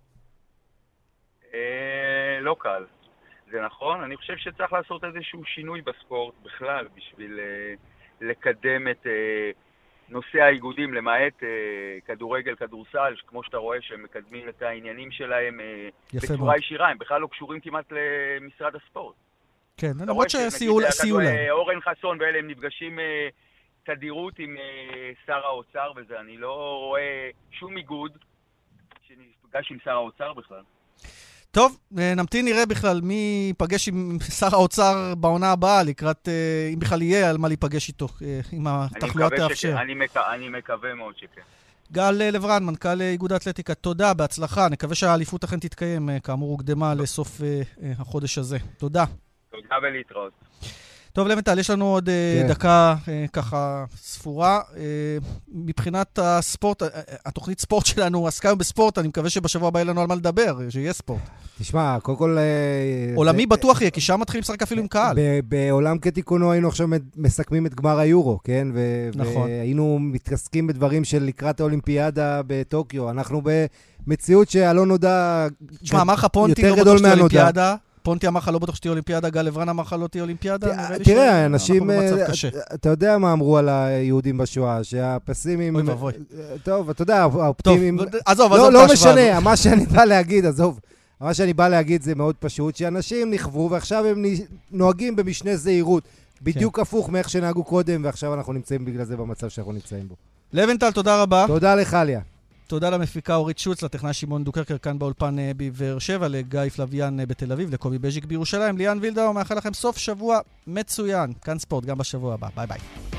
J: לא קל. זה נכון, אני חושב שצריך לעשות איזשהו שינוי בספורט בכלל, בשביל uh, לקדם את uh, נושא האיגודים, למעט uh, כדורגל, כדורסל, כמו שאתה רואה שהם מקדמים את העניינים שלהם uh, בצורה מאוד. ישירה, הם בכלל לא קשורים כמעט למשרד הספורט.
B: כן, למרות שסייעו להם.
J: אורן חסון ואלה הם נפגשים uh, תדירות עם uh, שר האוצר וזה, אני לא רואה שום איגוד שנפגש עם שר האוצר בכלל.
B: טוב, נמתין נראה בכלל מי ייפגש עם שר האוצר בעונה הבאה, לקראת, אם בכלל יהיה על מה להיפגש איתו, אם התחלואה תאפשר.
J: אני מקווה, אני מקווה מאוד שכן.
B: גל לברן, מנכ"ל איגוד האתלטיקה, תודה, בהצלחה. נקווה שהאליפות אכן תתקיים, כאמור הוקדמה לסוף החודש הזה. תודה.
J: תודה ולהתראות.
B: טוב, לבנטל, יש לנו עוד כן. דקה ככה ספורה. מבחינת הספורט, התוכנית ספורט שלנו עסקה היום בספורט, אני מקווה שבשבוע הבא יהיה לנו על מה לדבר, שיהיה ספורט.
C: תשמע, קודם כל...
B: עולמי בטוח יהיה, כי שם מתחילים לשחק אפילו עם קהל.
C: בעולם כתיקונו היינו עכשיו מסכמים את גמר היורו, כן?
B: נכון.
C: והיינו מתעסקים בדברים של לקראת האולימפיאדה בטוקיו. אנחנו במציאות שהלא נודע יותר גדול מהנודע. פונטי אמר לך לא בטוח שתהיה אולימפיאדה, גל לברן אמר לך לא תהיה אולימפיאדה. תראה, אנשים, אתה יודע מה אמרו על היהודים בשואה, שהפסימים...
B: אוי ואבוי.
C: טוב, אתה יודע, האופטימיים...
B: עזוב, עזוב.
C: לא משנה, מה שאני בא להגיד, עזוב. מה שאני בא להגיד זה מאוד פשוט, שאנשים נכוו ועכשיו הם נוהגים במשנה זהירות. בדיוק הפוך מאיך שנהגו קודם, ועכשיו אנחנו נמצאים בגלל זה במצב שאנחנו נמצאים בו.
B: לבנטל, תודה רבה.
C: תודה לך, ליה.
B: תודה למפיקה אורית שוצ, לטכנאי שמעון דוקרקר כאן באולפן בבאר שבע, לגיא פלוויאן בתל אביב, לקובי בז'יק בירושלים, ליאן וילדאו, מאחל לכם סוף שבוע מצוין. כאן ספורט, גם בשבוע הבא. ביי ביי.